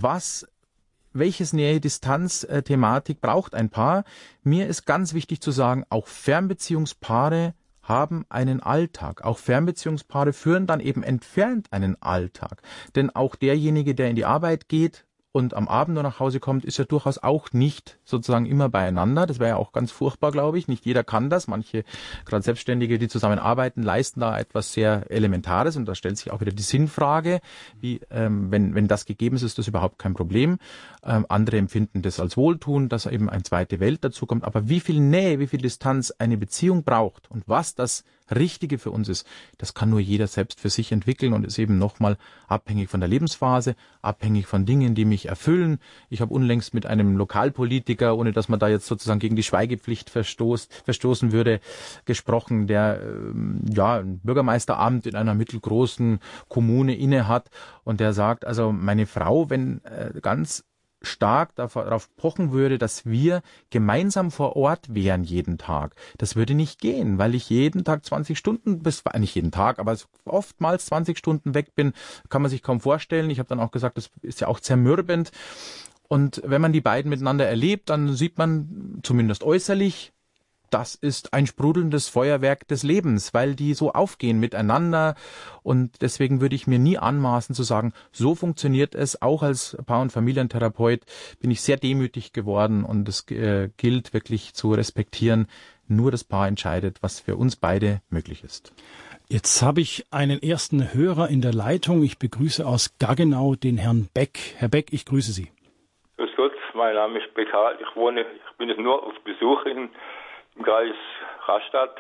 welches Nähe-Distanz-Thematik braucht ein Paar? Mir ist ganz wichtig zu sagen, auch Fernbeziehungspaare haben einen Alltag. Auch Fernbeziehungspaare führen dann eben entfernt einen Alltag. Denn auch derjenige, der in die Arbeit geht und am Abend nur nach Hause kommt, ist ja durchaus auch nicht sozusagen immer beieinander. Das wäre ja auch ganz furchtbar, glaube ich. Nicht jeder kann das. Manche, gerade Selbstständige, die zusammenarbeiten, leisten da etwas sehr Elementares. Und da stellt sich auch wieder die Sinnfrage, wenn das gegeben ist, ist das überhaupt kein Problem. Andere empfinden das als Wohltun, dass eben eine zweite Welt dazukommt. Aber wie viel Nähe, wie viel Distanz eine Beziehung braucht und was das Richtige für uns ist, das kann nur jeder selbst für sich entwickeln und ist eben nochmal abhängig von der Lebensphase, abhängig von Dingen, die mich erfüllen. Ich habe unlängst mit einem Lokalpolitiker, ohne dass man da jetzt sozusagen gegen die Schweigepflicht verstoßen würde, gesprochen, der ein Bürgermeisteramt in einer mittelgroßen Kommune inne hat und der sagt, also meine Frau, wenn ganz stark darauf pochen würde, dass wir gemeinsam vor Ort wären jeden Tag. Das würde nicht gehen, weil ich jeden Tag 20 Stunden, nicht jeden Tag, aber oftmals 20 Stunden weg bin, kann man sich kaum vorstellen. Ich habe dann auch gesagt, das ist ja auch zermürbend. Und wenn man die beiden miteinander erlebt, dann sieht man zumindest äußerlich, das ist ein sprudelndes Feuerwerk des Lebens, weil die so aufgehen miteinander. Und deswegen würde ich mir nie anmaßen zu sagen, so funktioniert es. Auch als Paar- und Familientherapeut bin ich sehr demütig geworden und es gilt wirklich zu respektieren. Nur das Paar entscheidet, was für uns beide möglich ist. Jetzt habe ich einen ersten Hörer in der Leitung. Ich begrüße aus Gaggenau den Herrn Beck. Herr Beck, ich grüße Sie. Grüß Gott, mein Name ist Beck. Ich bin jetzt nur auf Besuch im Kreis Rastatt,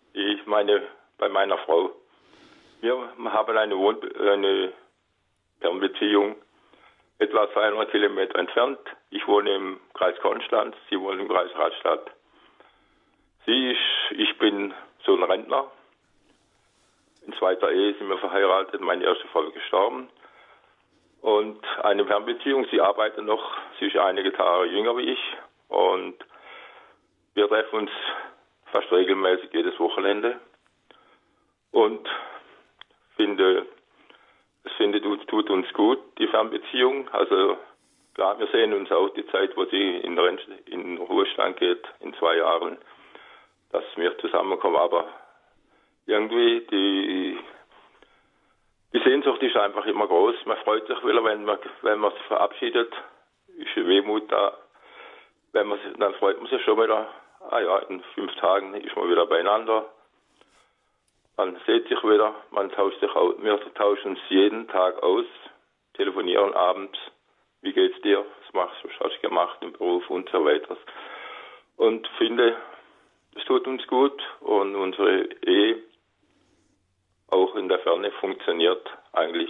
bei meiner Frau. Wir haben eine Fernbeziehung etwa 200 Kilometer entfernt. Ich wohne im Kreis Konstanz, sie wohnt im Kreis Rastatt. Ich bin so ein Rentner. In zweiter Ehe sind wir verheiratet, meine erste Frau ist gestorben. Und eine Fernbeziehung, sie arbeitet noch, sie ist einige Tage jünger wie ich und wir treffen uns fast regelmäßig jedes Wochenende und tut uns gut, die Fernbeziehung. Also klar, wir sehen uns auch die Zeit, wo sie in den Ruhestand geht, in 2 Jahren, dass wir zusammenkommen. Aber irgendwie die Sehnsucht ist einfach immer groß. Man freut sich wieder, wenn man sich verabschiedet. ist eine Wehmut da. Dann freut man sich schon wieder, in 5 Tagen ist man wieder beieinander. Man sieht sich wieder, wir tauschen uns jeden Tag aus, telefonieren abends, wie geht's dir, was hast du gemacht im Beruf und so weiter. Und finde, es tut uns gut und unsere Ehe auch in der Ferne funktioniert eigentlich.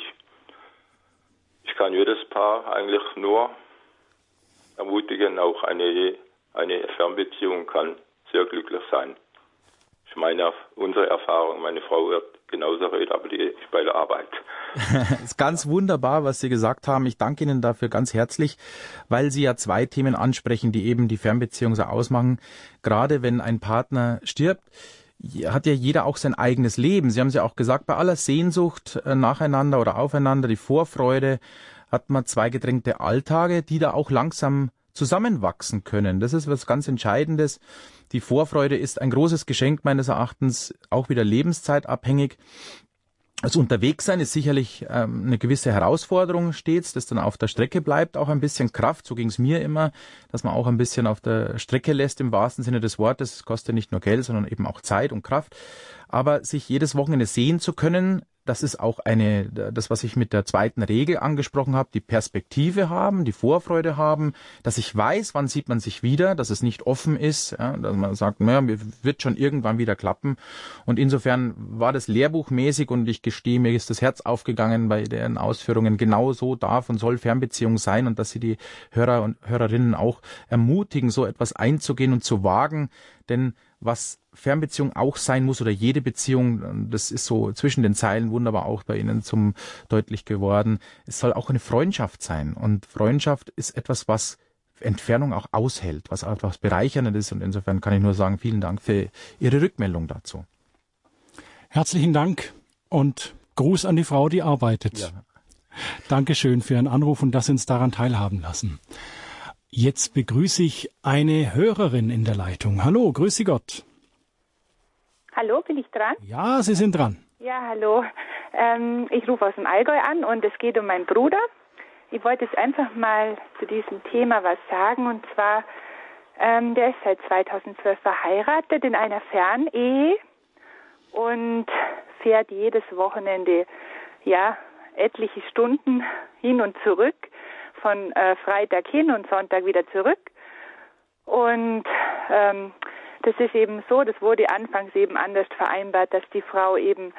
Ich kann jedes Paar eigentlich nur ermutigen, auch eine Fernbeziehung kann sehr glücklich sein. Ich meine, unsere Erfahrung, meine Frau wird genauso reden, aber die ist bei der Arbeit. Es ist ganz wunderbar, was Sie gesagt haben. Ich danke Ihnen dafür ganz herzlich, weil Sie ja 2 Themen ansprechen, die eben die Fernbeziehung so ausmachen. Gerade wenn ein Partner stirbt, hat ja jeder auch sein eigenes Leben. Sie haben es ja auch gesagt, bei aller Sehnsucht nacheinander oder aufeinander, die Vorfreude, hat man 2 gedrängte Alltage, die da auch langsam zusammenwachsen können. Das ist was ganz Entscheidendes. Die Vorfreude ist ein großes Geschenk meines Erachtens, auch wieder lebenszeitabhängig. Das Unterwegssein ist sicherlich eine gewisse Herausforderung stets, das dann auf der Strecke bleibt, auch ein bisschen Kraft, so ging es mir immer, dass man auch ein bisschen auf der Strecke lässt im wahrsten Sinne des Wortes. Es kostet nicht nur Geld, sondern eben auch Zeit und Kraft. Aber sich jedes Wochenende sehen zu können, das ist auch das, was ich mit der 2. Regel angesprochen habe, die Perspektive haben, die Vorfreude haben, dass ich weiß, wann sieht man sich wieder, dass es nicht offen ist, ja, dass man sagt, wird schon irgendwann wieder klappen. Und insofern war das lehrbuchmäßig und ich gestehe, mir ist das Herz aufgegangen bei deren Ausführungen. Genau so darf und soll Fernbeziehung sein und dass sie die Hörer und Hörerinnen auch ermutigen, so etwas einzugehen und zu wagen, denn was Fernbeziehung auch sein muss oder jede Beziehung, das ist so zwischen den Zeilen wunderbar auch bei Ihnen zum deutlich geworden, es soll auch eine Freundschaft sein. Und Freundschaft ist etwas, was Entfernung auch aushält, was etwas Bereicherndes ist. Und insofern kann ich nur sagen, vielen Dank für Ihre Rückmeldung dazu. Herzlichen Dank und Gruß an die Frau, die arbeitet. Ja. Dankeschön für Ihren Anruf und dass Sie uns daran teilhaben lassen. Jetzt begrüße ich eine Hörerin in der Leitung. Hallo, grüße Gott. Hallo, bin ich dran? Ja, Sie sind dran. Ja, hallo. Ich rufe aus dem Allgäu an und es geht um meinen Bruder. Ich wollte jetzt einfach mal zu diesem Thema was sagen und zwar, der ist seit 2012 verheiratet in einer Fernehe und fährt jedes Wochenende, etliche Stunden hin und zurück. Von Freitag hin und Sonntag wieder zurück. Und das ist eben so, das wurde anfangs eben anders vereinbart, dass die Frau eben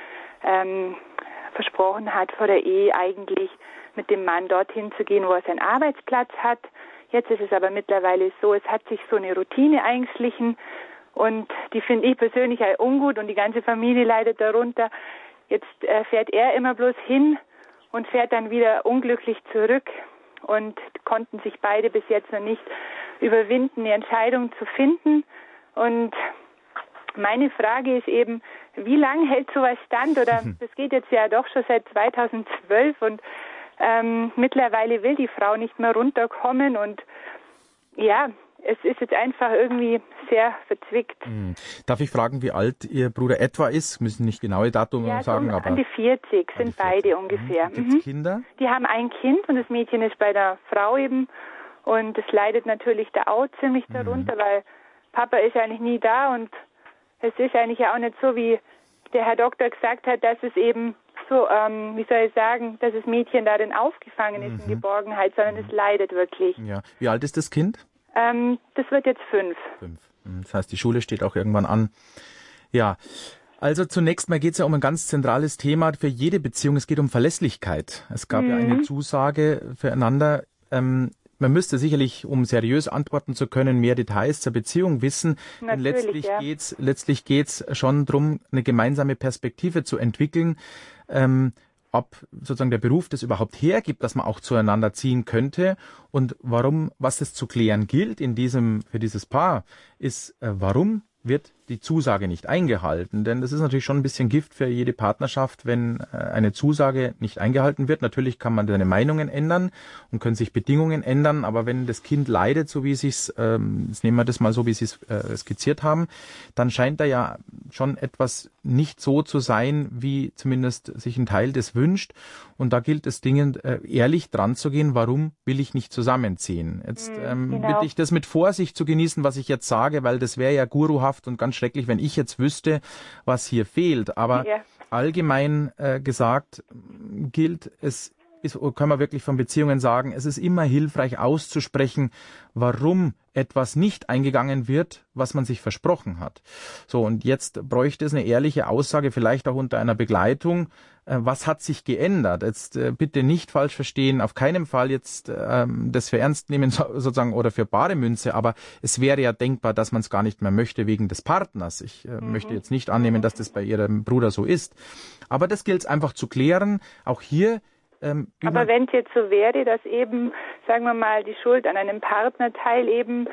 versprochen hat, vor der Ehe eigentlich mit dem Mann dorthin zu gehen, wo er seinen Arbeitsplatz hat. Jetzt ist es aber mittlerweile so, es hat sich so eine Routine eingeschlichen und die finde ich persönlich halt ungut und die ganze Familie leidet darunter. Jetzt fährt er immer bloß hin und fährt dann wieder unglücklich zurück. Und konnten sich beide bis jetzt noch nicht überwinden, eine Entscheidung zu finden. Und meine Frage ist eben, wie lange hält sowas stand? Oder das geht jetzt ja doch schon seit 2012 und mittlerweile will die Frau nicht mehr runterkommen und ja, es ist jetzt einfach irgendwie sehr verzwickt. Darf ich fragen, wie alt Ihr Bruder etwa ist? Müssen nicht genaue Datum sagen, aber an die 40 sind beide ungefähr. Gibt's Kinder? Die haben ein Kind und das Mädchen ist bei der Frau eben und es leidet natürlich da auch ziemlich darunter, weil Papa ist eigentlich nie da und es ist eigentlich ja auch nicht so, wie der Herr Doktor gesagt hat, dass es eben so, dass das Mädchen darin aufgefangen ist in Geborgenheit, sondern es leidet wirklich. Ja. Wie alt ist das Kind? Das wird jetzt 5. Das heißt, die Schule steht auch irgendwann an. Ja, also zunächst mal geht es ja um ein ganz zentrales Thema für jede Beziehung. Es geht um Verlässlichkeit. Es gab ja eine Zusage füreinander. Man müsste sicherlich, um seriös antworten zu können, mehr Details zur Beziehung wissen. Denn letztlich geht's schon darum, eine gemeinsame Perspektive zu entwickeln. Ob sozusagen der Beruf das überhaupt hergibt, dass man auch zueinander ziehen könnte und was es zu klären gilt für dieses Paar, ist, warum wird die Zusage nicht eingehalten. Denn das ist natürlich schon ein bisschen Gift für jede Partnerschaft, wenn eine Zusage nicht eingehalten wird. Natürlich kann man seine Meinungen ändern und können sich Bedingungen ändern, aber wenn das Kind leidet, so wie Sie es, jetzt nehmen wir das mal so, wie Sie es skizziert haben, dann scheint da ja schon etwas nicht so zu sein, wie zumindest sich ein Teil das wünscht. Und da gilt es dringend, ehrlich dran zu gehen, warum will ich nicht zusammenziehen. Jetzt bitte ich das mit Vorsicht zu genießen, was ich jetzt sage, weil das wäre ja guruhaft und ganz schrecklich, wenn ich jetzt wüsste, was hier fehlt. Aber allgemein gesagt gilt, kann man wirklich von Beziehungen sagen, es ist immer hilfreich auszusprechen, warum etwas nicht eingegangen wird, was man sich versprochen hat. So, und jetzt bräuchte es eine ehrliche Aussage, vielleicht auch unter einer Begleitung. Was hat sich geändert? Jetzt bitte nicht falsch verstehen, auf keinen Fall jetzt das für ernst nehmen sozusagen oder für bare Münze, aber es wäre ja denkbar, dass man es gar nicht mehr möchte wegen des Partners. Ich möchte jetzt nicht annehmen, dass das bei Ihrem Bruder so ist. Aber das gilt es einfach zu klären. Auch hier aber wenn es jetzt so wäre, dass eben, sagen wir mal, die Schuld an einem Partnerteil eben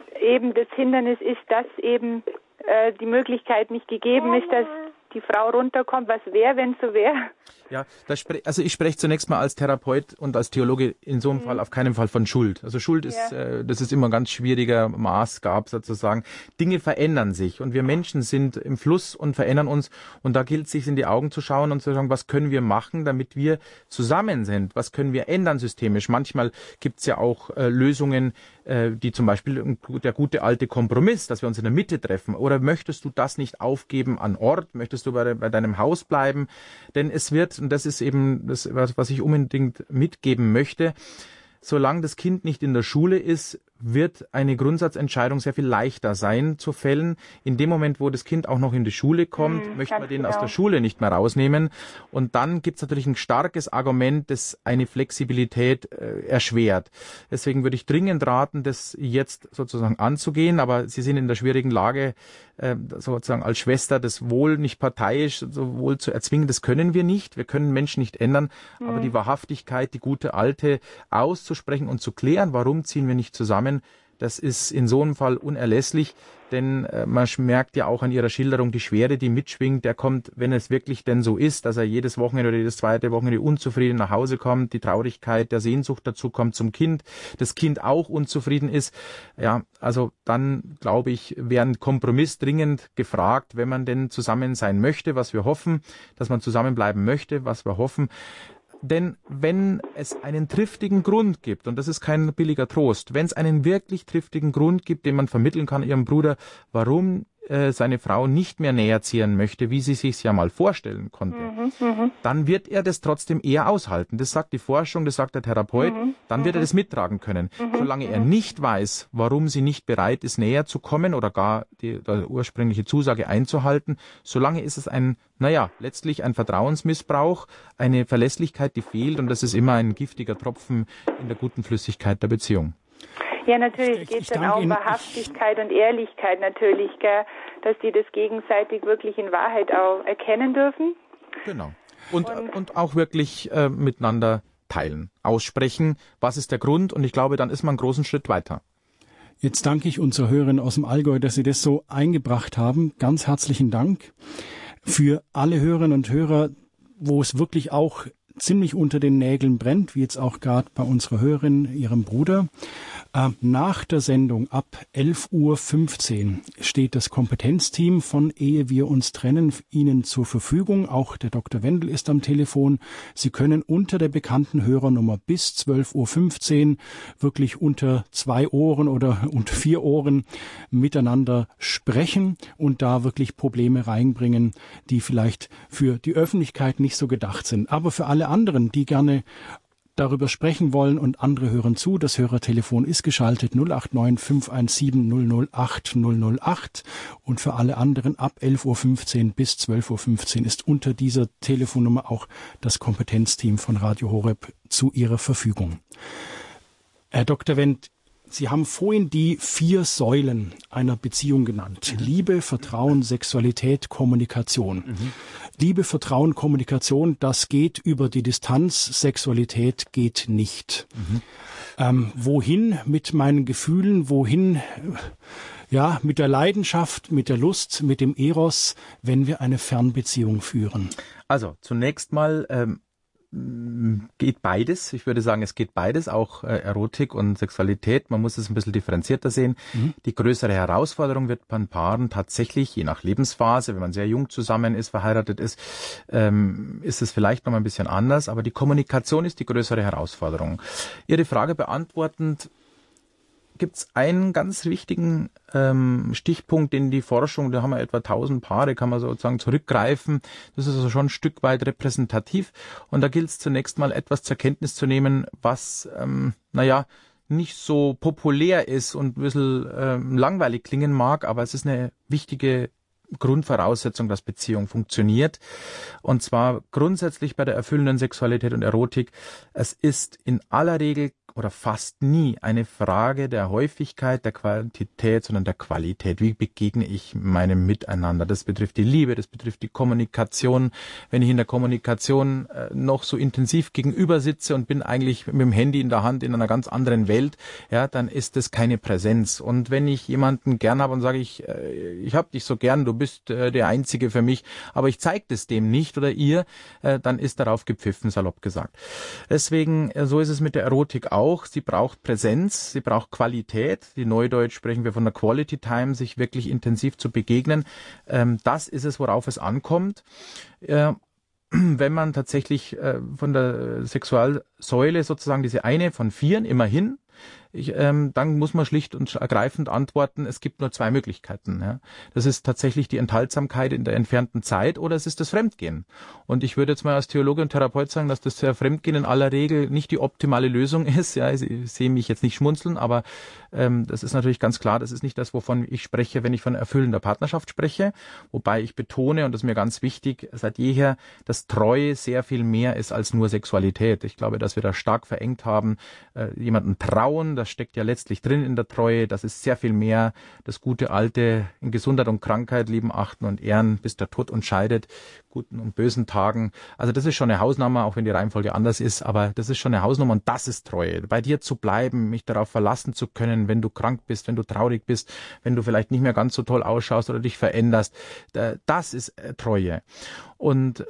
das Hindernis ist, dass eben die Möglichkeit nicht gegeben ist, dass die Frau runterkommt, was wäre, wenn es so wäre? Ja, also ich spreche zunächst mal als Therapeut und als Theologe in so einem Fall auf keinen Fall von Schuld. Also Schuld ist, das ist immer ein ganz schwieriger Maßstab sozusagen. Dinge verändern sich und wir Menschen sind im Fluss und verändern uns und da gilt es, sich in die Augen zu schauen und zu sagen, was können wir machen, damit wir zusammen sind? Was können wir ändern systemisch? Manchmal gibt es ja auch Lösungen, die zum Beispiel der gute alte Kompromiss, dass wir uns in der Mitte treffen. Oder möchtest du das nicht aufgeben an Ort? Möchtest du bei deinem Haus bleiben? Denn es wird, und das ist eben das, was ich unbedingt mitgeben möchte, solange das Kind nicht in der Schule ist, wird eine Grundsatzentscheidung sehr viel leichter sein zu fällen. In dem Moment, wo das Kind auch noch in die Schule kommt, möchte man den aus der Schule nicht mehr rausnehmen. Und dann gibt es natürlich ein starkes Argument, das eine Flexibilität erschwert. Deswegen würde ich dringend raten, das jetzt sozusagen anzugehen. Aber Sie sind in der schwierigen Lage, sozusagen als Schwester das Wohl nicht parteiisch wohl zu erzwingen. Das können wir nicht. Wir können Menschen nicht ändern. Aber die Wahrhaftigkeit, die gute alte auszusprechen und zu klären, warum ziehen wir nicht zusammen, das ist in so einem Fall unerlässlich, denn man merkt ja auch an Ihrer Schilderung die Schwere, die mitschwingt. Der kommt, wenn es wirklich denn so ist, dass er jedes Wochenende oder jedes zweite Wochenende unzufrieden nach Hause kommt, die Traurigkeit, der Sehnsucht dazu kommt zum Kind, das Kind auch unzufrieden ist. Ja, also dann, glaube ich, wäre ein Kompromiss dringend gefragt, wenn man denn zusammen sein möchte, was wir hoffen, dass man zusammenbleiben möchte, was wir hoffen. Denn wenn es einen triftigen Grund gibt, und das ist kein billiger Trost, wenn es einen wirklich triftigen Grund gibt, den man vermitteln kann Ihrem Bruder, warum seine Frau nicht mehr näher ziehen möchte, wie sie sich ja mal vorstellen konnte, dann wird er das trotzdem eher aushalten. Das sagt die Forschung, das sagt der Therapeut, dann wird er das mittragen können. Solange er nicht weiß, warum sie nicht bereit ist, näher zu kommen oder gar die ursprüngliche Zusage einzuhalten, solange ist es letztlich ein Vertrauensmissbrauch, eine Verlässlichkeit, die fehlt, und das ist immer ein giftiger Tropfen in der guten Flüssigkeit der Beziehung. Ja, natürlich geht es dann auch um Wahrhaftigkeit und Ehrlichkeit natürlich, gell, dass die das gegenseitig wirklich in Wahrheit auch erkennen dürfen. Genau. Und auch wirklich miteinander teilen, aussprechen, was ist der Grund, und ich glaube, dann ist man einen großen Schritt weiter. Jetzt danke ich unserer Hörerin aus dem Allgäu, dass Sie das so eingebracht haben. Ganz herzlichen Dank. Für alle Hörerinnen und Hörer, wo es wirklich auch ziemlich unter den Nägeln brennt, wie jetzt auch gerade bei unserer Hörerin, ihrem Bruder. Nach der Sendung ab 11.15 Uhr steht das Kompetenzteam von Ehe wir uns trennen Ihnen zur Verfügung. Auch der Dr. Wendel ist am Telefon. Sie können unter der bekannten Hörernummer bis 12.15 Uhr wirklich unter 2 Ohren oder unter 4 Ohren miteinander sprechen und da wirklich Probleme reinbringen, die vielleicht für die Öffentlichkeit nicht so gedacht sind. Aber für alle anderen, die gerne darüber sprechen wollen und andere hören zu. Das Hörertelefon ist geschaltet 089 517 008 008 und für alle anderen ab 11.15 Uhr bis 12.15 Uhr ist unter dieser Telefonnummer auch das Kompetenzteam von Radio Horeb zu Ihrer Verfügung. Herr Dr. Wendt, Sie haben vorhin die 4 Säulen einer Beziehung genannt. Liebe, Vertrauen, Sexualität, Kommunikation. Liebe, Vertrauen, Kommunikation, das geht über die Distanz. Sexualität geht nicht. Wohin mit meinen Gefühlen? Wohin Ja, mit der Leidenschaft, mit der Lust, mit dem Eros, wenn wir eine Fernbeziehung führen? Also zunächst mal geht beides. Ich würde sagen, es geht beides, auch Erotik und Sexualität. Man muss es ein bisschen differenzierter sehen. Die größere Herausforderung wird bei Paaren tatsächlich, je nach Lebensphase, wenn man sehr jung zusammen ist, verheiratet ist es vielleicht noch mal ein bisschen anders. Aber die Kommunikation ist die größere Herausforderung. Ihre Frage beantwortend, gibt es einen ganz wichtigen Stichpunkt in die Forschung, da haben wir etwa 1000 Paare, kann man sozusagen zurückgreifen. Das ist also schon ein Stück weit repräsentativ. Und da gilt es zunächst mal etwas zur Kenntnis zu nehmen, was, nicht so populär ist und ein bisschen langweilig klingen mag, aber es ist eine wichtige Grundvoraussetzung, dass Beziehung funktioniert. Und zwar grundsätzlich bei der erfüllenden Sexualität und Erotik. Es ist in aller Regel oder fast nie eine Frage der Häufigkeit, der Quantität, sondern der Qualität. Wie begegne ich meinem Miteinander? Das betrifft die Liebe, das betrifft die Kommunikation. Wenn ich in der Kommunikation noch so intensiv gegenüber sitze und bin eigentlich mit dem Handy in der Hand in einer ganz anderen Welt, ja, dann ist das keine Präsenz. Und wenn ich jemanden gern habe und sage, ich habe dich so gern, du bist der Einzige für mich, aber ich zeige das dem nicht oder ihr, dann ist darauf gepfiffen, salopp gesagt. Deswegen, so ist es mit der Erotik auch. Sie braucht Präsenz, sie braucht Qualität. Die Neudeutsch sprechen wir von der Quality Time, sich wirklich intensiv zu begegnen. Das ist es, worauf es ankommt. Wenn man tatsächlich von der Sexualsäule sozusagen diese eine von 4 immerhin, dann muss man schlicht und ergreifend antworten, es gibt nur 2 Möglichkeiten. Ja. Das ist tatsächlich die Enthaltsamkeit in der entfernten Zeit oder es ist das Fremdgehen. Und ich würde jetzt mal als Theologe und Therapeut sagen, dass das Fremdgehen in aller Regel nicht die optimale Lösung ist. Ja, ich sehe mich jetzt nicht schmunzeln, aber das ist natürlich ganz klar, das ist nicht das, wovon ich spreche, wenn ich von erfüllender Partnerschaft spreche. Wobei ich betone, und das ist mir ganz wichtig, seit jeher, dass Treue sehr viel mehr ist als nur Sexualität. Ich glaube, dass wir da stark verengt haben, jemanden trauen, das steckt ja letztlich drin in der Treue, das ist sehr viel mehr das gute alte, in Gesundheit und Krankheit lieben, achten und ehren, bis der Tod uns scheidet, guten und bösen Tagen. Also das ist schon eine Hausnummer, auch wenn die Reihenfolge anders ist, aber das ist schon eine Hausnummer und das ist Treue. Bei dir zu bleiben, mich darauf verlassen zu können, wenn du krank bist, wenn du traurig bist, wenn du vielleicht nicht mehr ganz so toll ausschaust oder dich veränderst, das ist Treue. Und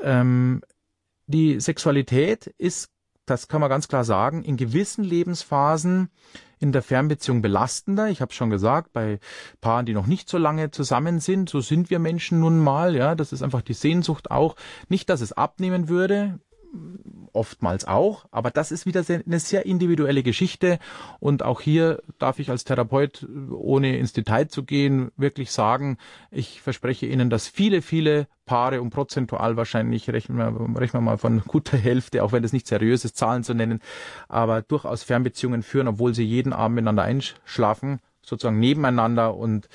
die Sexualität ist, das kann man ganz klar sagen, in gewissen Lebensphasen in der Fernbeziehung belastender. Ich habe schon gesagt, bei Paaren, die noch nicht so lange zusammen sind, so sind wir Menschen nun mal, ja, das ist einfach die Sehnsucht auch. Nicht, dass es abnehmen würde, oftmals auch, aber das ist wieder eine sehr individuelle Geschichte und auch hier darf ich als Therapeut, ohne ins Detail zu gehen, wirklich sagen, ich verspreche Ihnen, dass viele, viele Paare und prozentual wahrscheinlich, rechnen wir mal von guter Hälfte, auch wenn das nicht seriös ist, Zahlen zu nennen, aber durchaus Fernbeziehungen führen, obwohl sie jeden Abend miteinander einschlafen, sozusagen nebeneinander und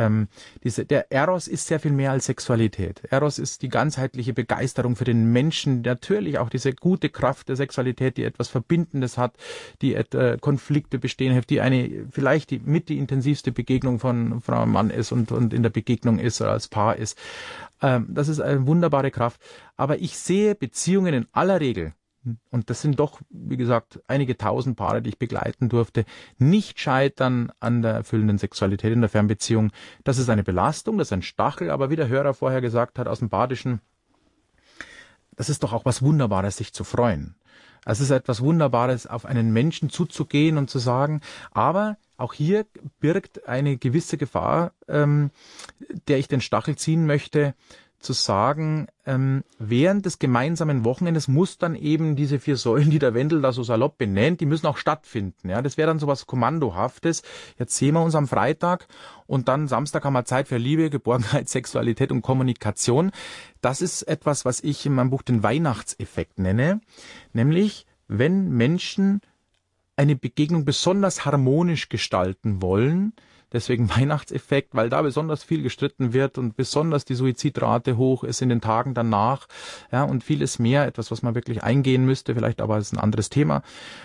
der Eros ist sehr viel mehr als Sexualität. Eros ist die ganzheitliche Begeisterung für den Menschen, natürlich auch diese gute Kraft der Sexualität, die etwas Verbindendes hat, die Konflikte bestehen hilft, die vielleicht die intensivste Begegnung von Frau und Mann ist und in der Begegnung ist oder als Paar ist. Das ist eine wunderbare Kraft. Aber ich sehe Beziehungen in aller Regel, und das sind doch, wie gesagt, einige 1000 Paare, die ich begleiten durfte, nicht scheitern an der erfüllenden Sexualität in der Fernbeziehung. Das ist eine Belastung, das ist ein Stachel, aber wie der Hörer vorher gesagt hat aus dem Badischen, das ist doch auch was Wunderbares, sich zu freuen. Es ist etwas Wunderbares, auf einen Menschen zuzugehen und zu sagen, aber auch hier birgt eine gewisse Gefahr, der ich den Stachel ziehen möchte, zu sagen, während des gemeinsamen Wochenendes muss dann eben diese 4 Säulen, die der Wendel da so salopp benennt, die müssen auch stattfinden. Ja, das wäre dann so was Kommandohaftes. Jetzt sehen wir uns am Freitag und dann Samstag haben wir Zeit für Liebe, Geborgenheit, Sexualität und Kommunikation. Das ist etwas, was ich in meinem Buch den Weihnachtseffekt nenne, nämlich wenn Menschen eine Begegnung besonders harmonisch gestalten wollen, deswegen Weihnachtseffekt, weil da besonders viel gestritten wird und besonders die Suizidrate hoch ist in den Tagen danach, ja, und vieles mehr, etwas, was man wirklich eingehen müsste, vielleicht aber ist ein anderes Thema.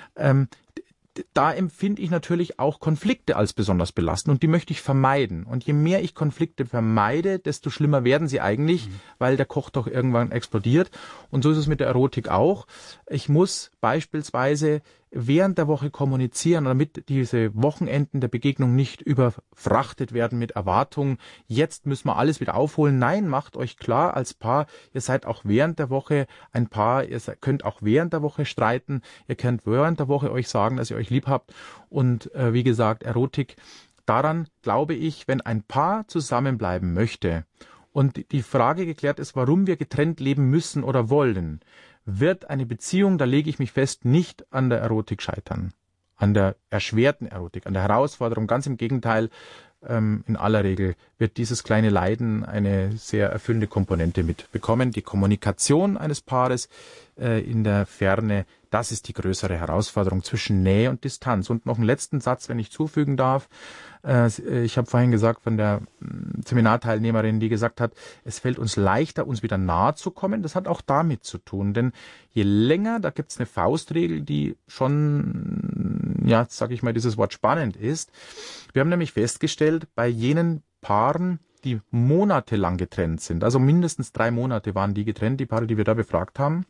Da empfinde ich natürlich auch Konflikte als besonders belastend und die möchte ich vermeiden. Und je mehr ich Konflikte vermeide, desto schlimmer werden sie eigentlich, weil der Kochtopf irgendwann explodiert. Und so ist es mit der Erotik auch. Ich muss beispielsweise während der Woche kommunizieren, damit diese Wochenenden der Begegnung nicht überfrachtet werden mit Erwartungen. Jetzt müssen wir alles wieder aufholen. Nein, macht euch klar als Paar, ihr seid auch während der Woche ein Paar, ihr könnt auch während der Woche streiten, ihr könnt während der Woche euch sagen, dass ihr euch lieb habt. Und wie gesagt, Erotik, daran glaube ich, wenn ein Paar zusammenbleiben möchte und die Frage geklärt ist, warum wir getrennt leben müssen oder wollen, wird eine Beziehung, da lege ich mich fest, nicht an der Erotik scheitern, an der erschwerten Erotik, an der Herausforderung. Ganz im Gegenteil, in aller Regel wird dieses kleine Leiden eine sehr erfüllende Komponente mitbekommen. Die Kommunikation eines Paares in der Ferne, das ist die größere Herausforderung zwischen Nähe und Distanz. Und noch einen letzten Satz, wenn ich zufügen darf. Ich habe vorhin gesagt von der Seminarteilnehmerin, die gesagt hat, es fällt uns leichter, uns wieder nahe zu kommen. Das hat auch damit zu tun, denn je länger, da gibt es eine Faustregel, die schon, ja, sage ich mal, dieses Wort spannend ist. Wir haben nämlich festgestellt, bei jenen Paaren, die monatelang getrennt sind, also mindestens 3 Monate waren die getrennt, die Paare, die wir da befragt haben,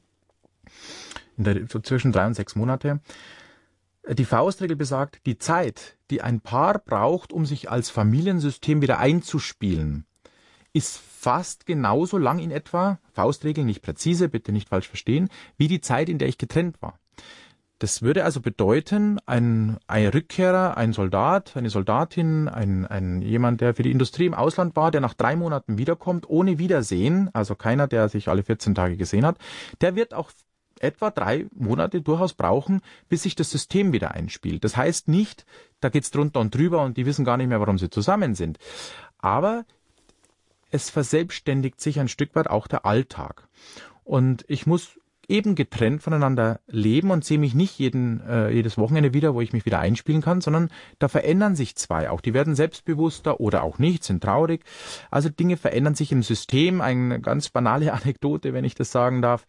so zwischen 3 und 6 Monate. Die Faustregel besagt, die Zeit, die ein Paar braucht, um sich als Familiensystem wieder einzuspielen, ist fast genauso lang in etwa, Faustregel nicht präzise, bitte nicht falsch verstehen, wie die Zeit, in der ich getrennt war. Das würde also bedeuten, ein Rückkehrer, ein Soldat, eine Soldatin, ein jemand, der für die Industrie im Ausland war, der nach 3 Monaten wiederkommt, ohne Wiedersehen, also keiner, der sich alle 14 Tage gesehen hat, der wird auch etwa 3 Monate durchaus brauchen, bis sich das System wieder einspielt. Das heißt nicht, da geht's drunter und drüber und die wissen gar nicht mehr, warum sie zusammen sind. Aber es verselbstständigt sich ein Stück weit auch der Alltag. Und ich muss eben getrennt voneinander leben und sehe mich nicht jedes Wochenende wieder, wo ich mich wieder einspielen kann, sondern da verändern sich zwei auch. Die werden selbstbewusster oder auch nicht, sind traurig. Also Dinge verändern sich im System. Eine ganz banale Anekdote, wenn ich das sagen darf.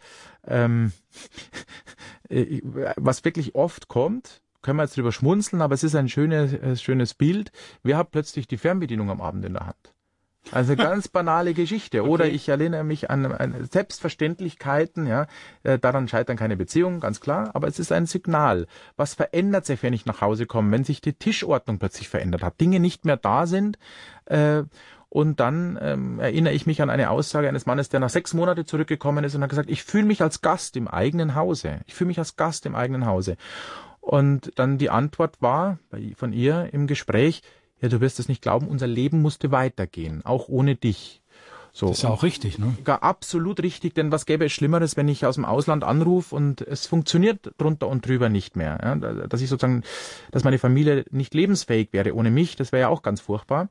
Was wirklich oft kommt, können wir jetzt drüber schmunzeln, aber es ist ein schönes Bild. Wer hat plötzlich die Fernbedienung am Abend in der Hand? Also ganz banale Geschichte. Okay. Oder ich erinnere mich an Selbstverständlichkeiten, ja, daran scheitern keine Beziehungen, ganz klar, aber es ist ein Signal. Was verändert sich, wenn ich nach Hause komme, wenn sich die Tischordnung plötzlich verändert hat, Dinge nicht mehr da sind, und dann erinnere ich mich an eine Aussage eines Mannes, der nach 6 Monaten zurückgekommen ist und hat gesagt, ich fühle mich als Gast im eigenen Hause. Und dann die Antwort war von ihr im Gespräch, ja, du wirst es nicht glauben, unser Leben musste weitergehen, auch ohne dich. So. Das ist ja auch richtig, ne? Gar absolut richtig, denn was gäbe es Schlimmeres, wenn ich aus dem Ausland anrufe und es funktioniert drunter und drüber nicht mehr. Ja? Dass meine Familie nicht lebensfähig wäre ohne mich, das wäre ja auch ganz furchtbar.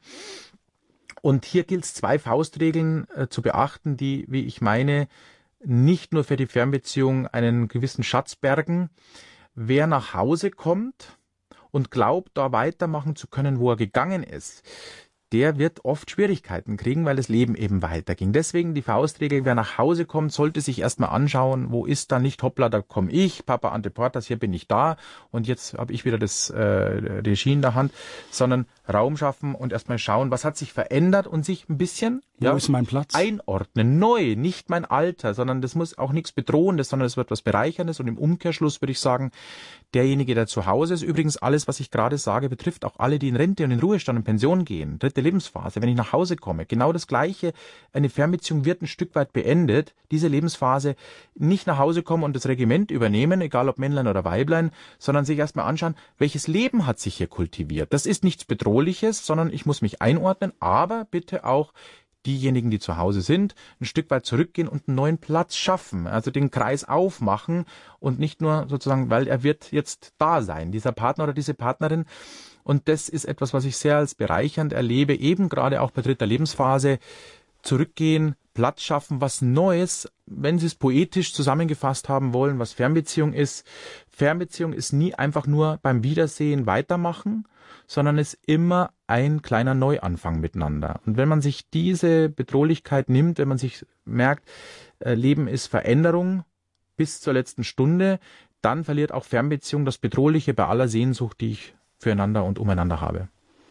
Und hier gilt es 2 Faustregeln zu beachten, die, wie ich meine, nicht nur für die Fernbeziehung einen gewissen Schatz bergen. Wer nach Hause kommt und glaubt, da weitermachen zu können, wo er gegangen ist, der wird oft Schwierigkeiten kriegen, weil das Leben eben weiterging. Deswegen die Faustregel, wer nach Hause kommt, sollte sich erstmal anschauen, wo ist da nicht, hoppla, da komme ich, Papa Ante Portas, hier bin ich da und jetzt habe ich wieder das Regie in der Hand, sondern Raum schaffen und erstmal schauen, was hat sich verändert und sich ein bisschen wo ist mein Platz? Einordnen, neu, nicht mein Alter, sondern das muss auch nichts Bedrohendes, sondern es wird was Bereicherndes und im Umkehrschluss würde ich sagen, derjenige, der zu Hause ist, übrigens alles, was ich gerade sage, betrifft auch alle, die in Rente und in Ruhestand und Pension gehen, 3. Lebensphase, wenn ich nach Hause komme, genau das Gleiche, eine Fernbeziehung wird ein Stück weit beendet, diese Lebensphase, nicht nach Hause kommen und das Regiment übernehmen, egal ob Männlein oder Weiblein, sondern sich erstmal anschauen, welches Leben hat sich hier kultiviert. Das ist nichts Bedrohliches, sondern ich muss mich einordnen, aber bitte auch diejenigen, die zu Hause sind, ein Stück weit zurückgehen und einen neuen Platz schaffen, also den Kreis aufmachen und nicht nur sozusagen, weil er wird jetzt da sein, dieser Partner oder diese Partnerin. Und das ist etwas, was ich sehr als bereichernd erlebe, eben gerade auch bei 3. Lebensphase, zurückgehen, Platz schaffen, was Neues, wenn Sie es poetisch zusammengefasst haben wollen, was Fernbeziehung ist. Fernbeziehung ist nie einfach nur beim Wiedersehen weitermachen, sondern ist immer ein kleiner Neuanfang miteinander. Und wenn man sich diese Bedrohlichkeit nimmt, wenn man sich merkt, Leben ist Veränderung bis zur letzten Stunde, dann verliert auch Fernbeziehung das Bedrohliche bei aller Sehnsucht, die ich füreinander und umeinander habe.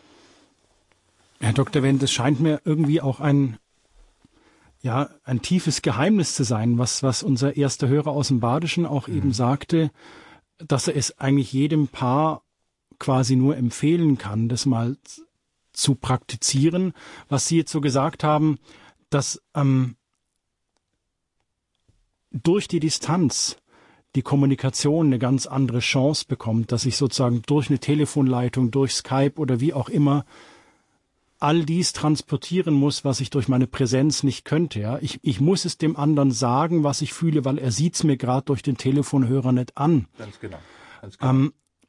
Herr Dr. Wendt, das scheint mir irgendwie auch ein tiefes Geheimnis zu sein, was unser erster Hörer aus dem Badischen auch eben sagte. dass er es eigentlich jedem Paar quasi nur empfehlen kann, das mal zu praktizieren, was Sie jetzt so gesagt haben, dass durch die Distanz die Kommunikation eine ganz andere Chance bekommt, dass ich sozusagen durch eine Telefonleitung, durch Skype oder wie auch immer all dies transportieren muss, was ich durch meine Präsenz nicht könnte. Ja? Ich muss es dem anderen sagen, was ich fühle, weil er sieht es mir gerade durch den Telefonhörer nicht an. Ganz genau. Ganz genau.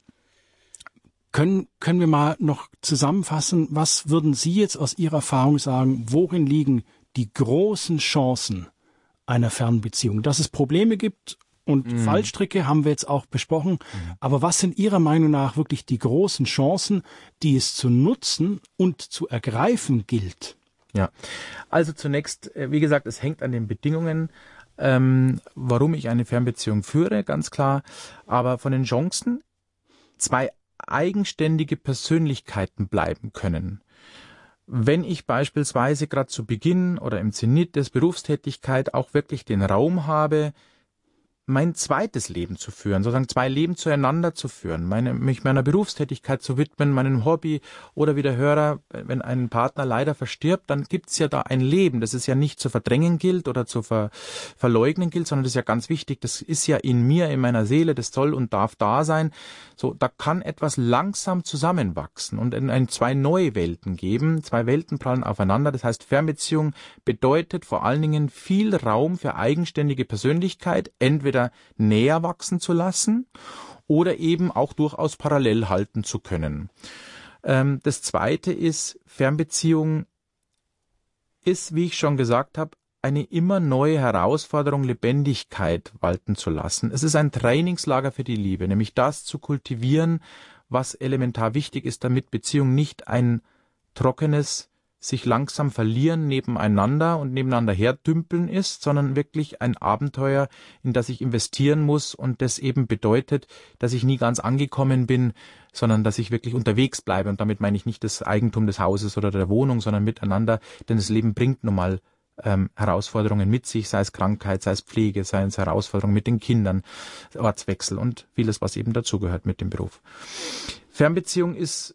Können wir mal noch zusammenfassen, was würden Sie jetzt aus Ihrer Erfahrung sagen, worin liegen die großen Chancen einer Fernbeziehung? Dass es Probleme gibt und Fallstricke haben wir jetzt auch besprochen, aber was sind Ihrer Meinung nach wirklich die großen Chancen, die es zu nutzen und zu ergreifen gilt? Ja, also zunächst, wie gesagt, es hängt an den Bedingungen, warum ich eine Fernbeziehung führe, ganz klar, aber von den Chancen 2 eigenständige Persönlichkeiten bleiben können. Wenn ich beispielsweise gerade zu Beginn oder im Zenit der Berufstätigkeit auch wirklich den Raum habe, mein zweites Leben zu führen, sozusagen 2 Leben zueinander zu führen, mich meiner Berufstätigkeit zu widmen, meinem Hobby oder wie der Hörer, wenn ein Partner leider verstirbt, dann gibt's ja da ein Leben, das es ja nicht zu verdrängen gilt oder zu verleugnen gilt, sondern das ist ja ganz wichtig, das ist ja in mir, in meiner Seele, das soll und darf da sein. So, da kann etwas langsam zusammenwachsen und in 2 neue Welten geben, 2 Welten prallen aufeinander, das heißt Fernbeziehung bedeutet vor allen Dingen viel Raum für eigenständige Persönlichkeit, entweder näher wachsen zu lassen oder eben auch durchaus parallel halten zu können. Das Zweite ist, Fernbeziehung ist, wie ich schon gesagt habe, eine immer neue Herausforderung, Lebendigkeit walten zu lassen. Es ist ein Trainingslager für die Liebe, nämlich das zu kultivieren, was elementar wichtig ist, damit Beziehung nicht ein trockenes sich langsam verlieren nebeneinander und nebeneinander herdümpeln ist, sondern wirklich ein Abenteuer, in das ich investieren muss und das eben bedeutet, dass ich nie ganz angekommen bin, sondern dass ich wirklich unterwegs bleibe. Und damit meine ich nicht das Eigentum des Hauses oder der Wohnung, sondern miteinander, denn das Leben bringt nun mal Herausforderungen mit sich, sei es Krankheit, sei es Pflege, sei es Herausforderungen mit den Kindern, Ortswechsel und vieles, was eben dazugehört mit dem Beruf. Fernbeziehung ist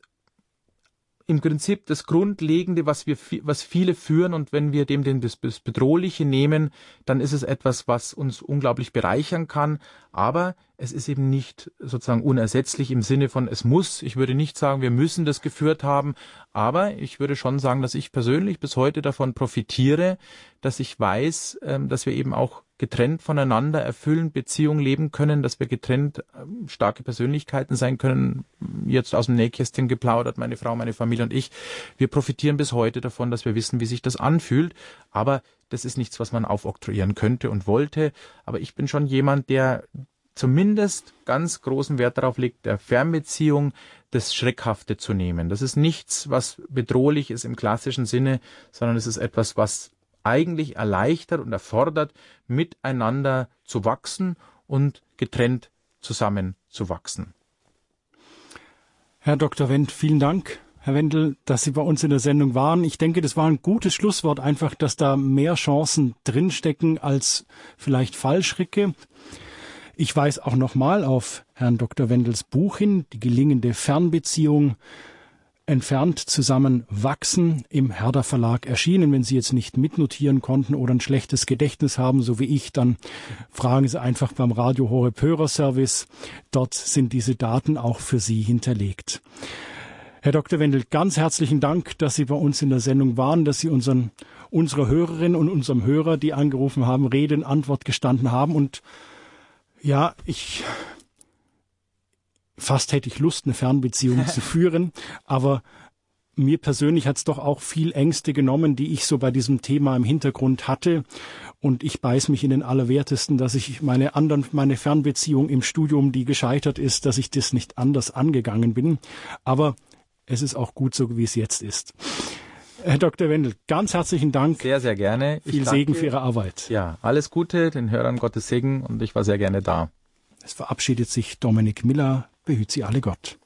im Prinzip das Grundlegende, was viele führen, und wenn wir dem das Bedrohliche nehmen, dann ist es etwas, was uns unglaublich bereichern kann, aber es ist eben nicht sozusagen unersetzlich im Sinne von es muss. Ich würde nicht sagen, wir müssen das geführt haben, aber ich würde schon sagen, dass ich persönlich bis heute davon profitiere, dass ich weiß, dass wir eben auch getrennt voneinander erfüllend Beziehungen leben können, dass wir getrennt starke Persönlichkeiten sein können. Jetzt aus dem Nähkästchen geplaudert, meine Frau, meine Familie und ich. Wir profitieren bis heute davon, dass wir wissen, wie sich das anfühlt. Aber das ist nichts, was man aufoktroyieren könnte und wollte. Aber ich bin schon jemand, der zumindest ganz großen Wert darauf legt, der Fernbeziehung das Schreckhafte zu nehmen. Das ist nichts, was bedrohlich ist im klassischen Sinne, sondern es ist etwas, was eigentlich erleichtert und erfordert, miteinander zu wachsen und getrennt zusammen zu wachsen. Herr Dr. Wendt, vielen Dank, Herr Wendel, dass Sie bei uns in der Sendung waren. Ich denke, das war ein gutes Schlusswort, einfach, dass da mehr Chancen drinstecken als vielleicht Fallstricke. Ich weise auch nochmal auf Herrn Dr. Wendels Buch hin, Die gelingende Fernbeziehung, entfernt zusammen wachsen, im Herder Verlag erschienen. Wenn Sie jetzt nicht mitnotieren konnten oder ein schlechtes Gedächtnis haben, so wie ich, dann fragen Sie einfach beim Radio Horeb Hörerservice. Dort sind diese Daten auch für Sie hinterlegt. Herr Dr. Wendel, ganz herzlichen Dank, dass Sie bei uns in der Sendung waren, dass Sie unserer Hörerin und unserem Hörer, die angerufen haben, Rede und Antwort gestanden haben. Und ja, fast hätte ich Lust, eine Fernbeziehung zu führen, aber mir persönlich hat es doch auch viel Ängste genommen, die ich so bei diesem Thema im Hintergrund hatte. Und ich beiß mich in den Allerwertesten, dass ich meine Fernbeziehung im Studium, die gescheitert ist, dass ich das nicht anders angegangen bin. Aber es ist auch gut so, wie es jetzt ist. Herr Dr. Wendel, ganz herzlichen Dank. Sehr, sehr gerne. Viel Segen für Ihre Arbeit. Ja, alles Gute, den Hörern Gottes Segen, und ich war sehr gerne da. Es verabschiedet sich Dominik Miller. Behüt Sie alle Gott.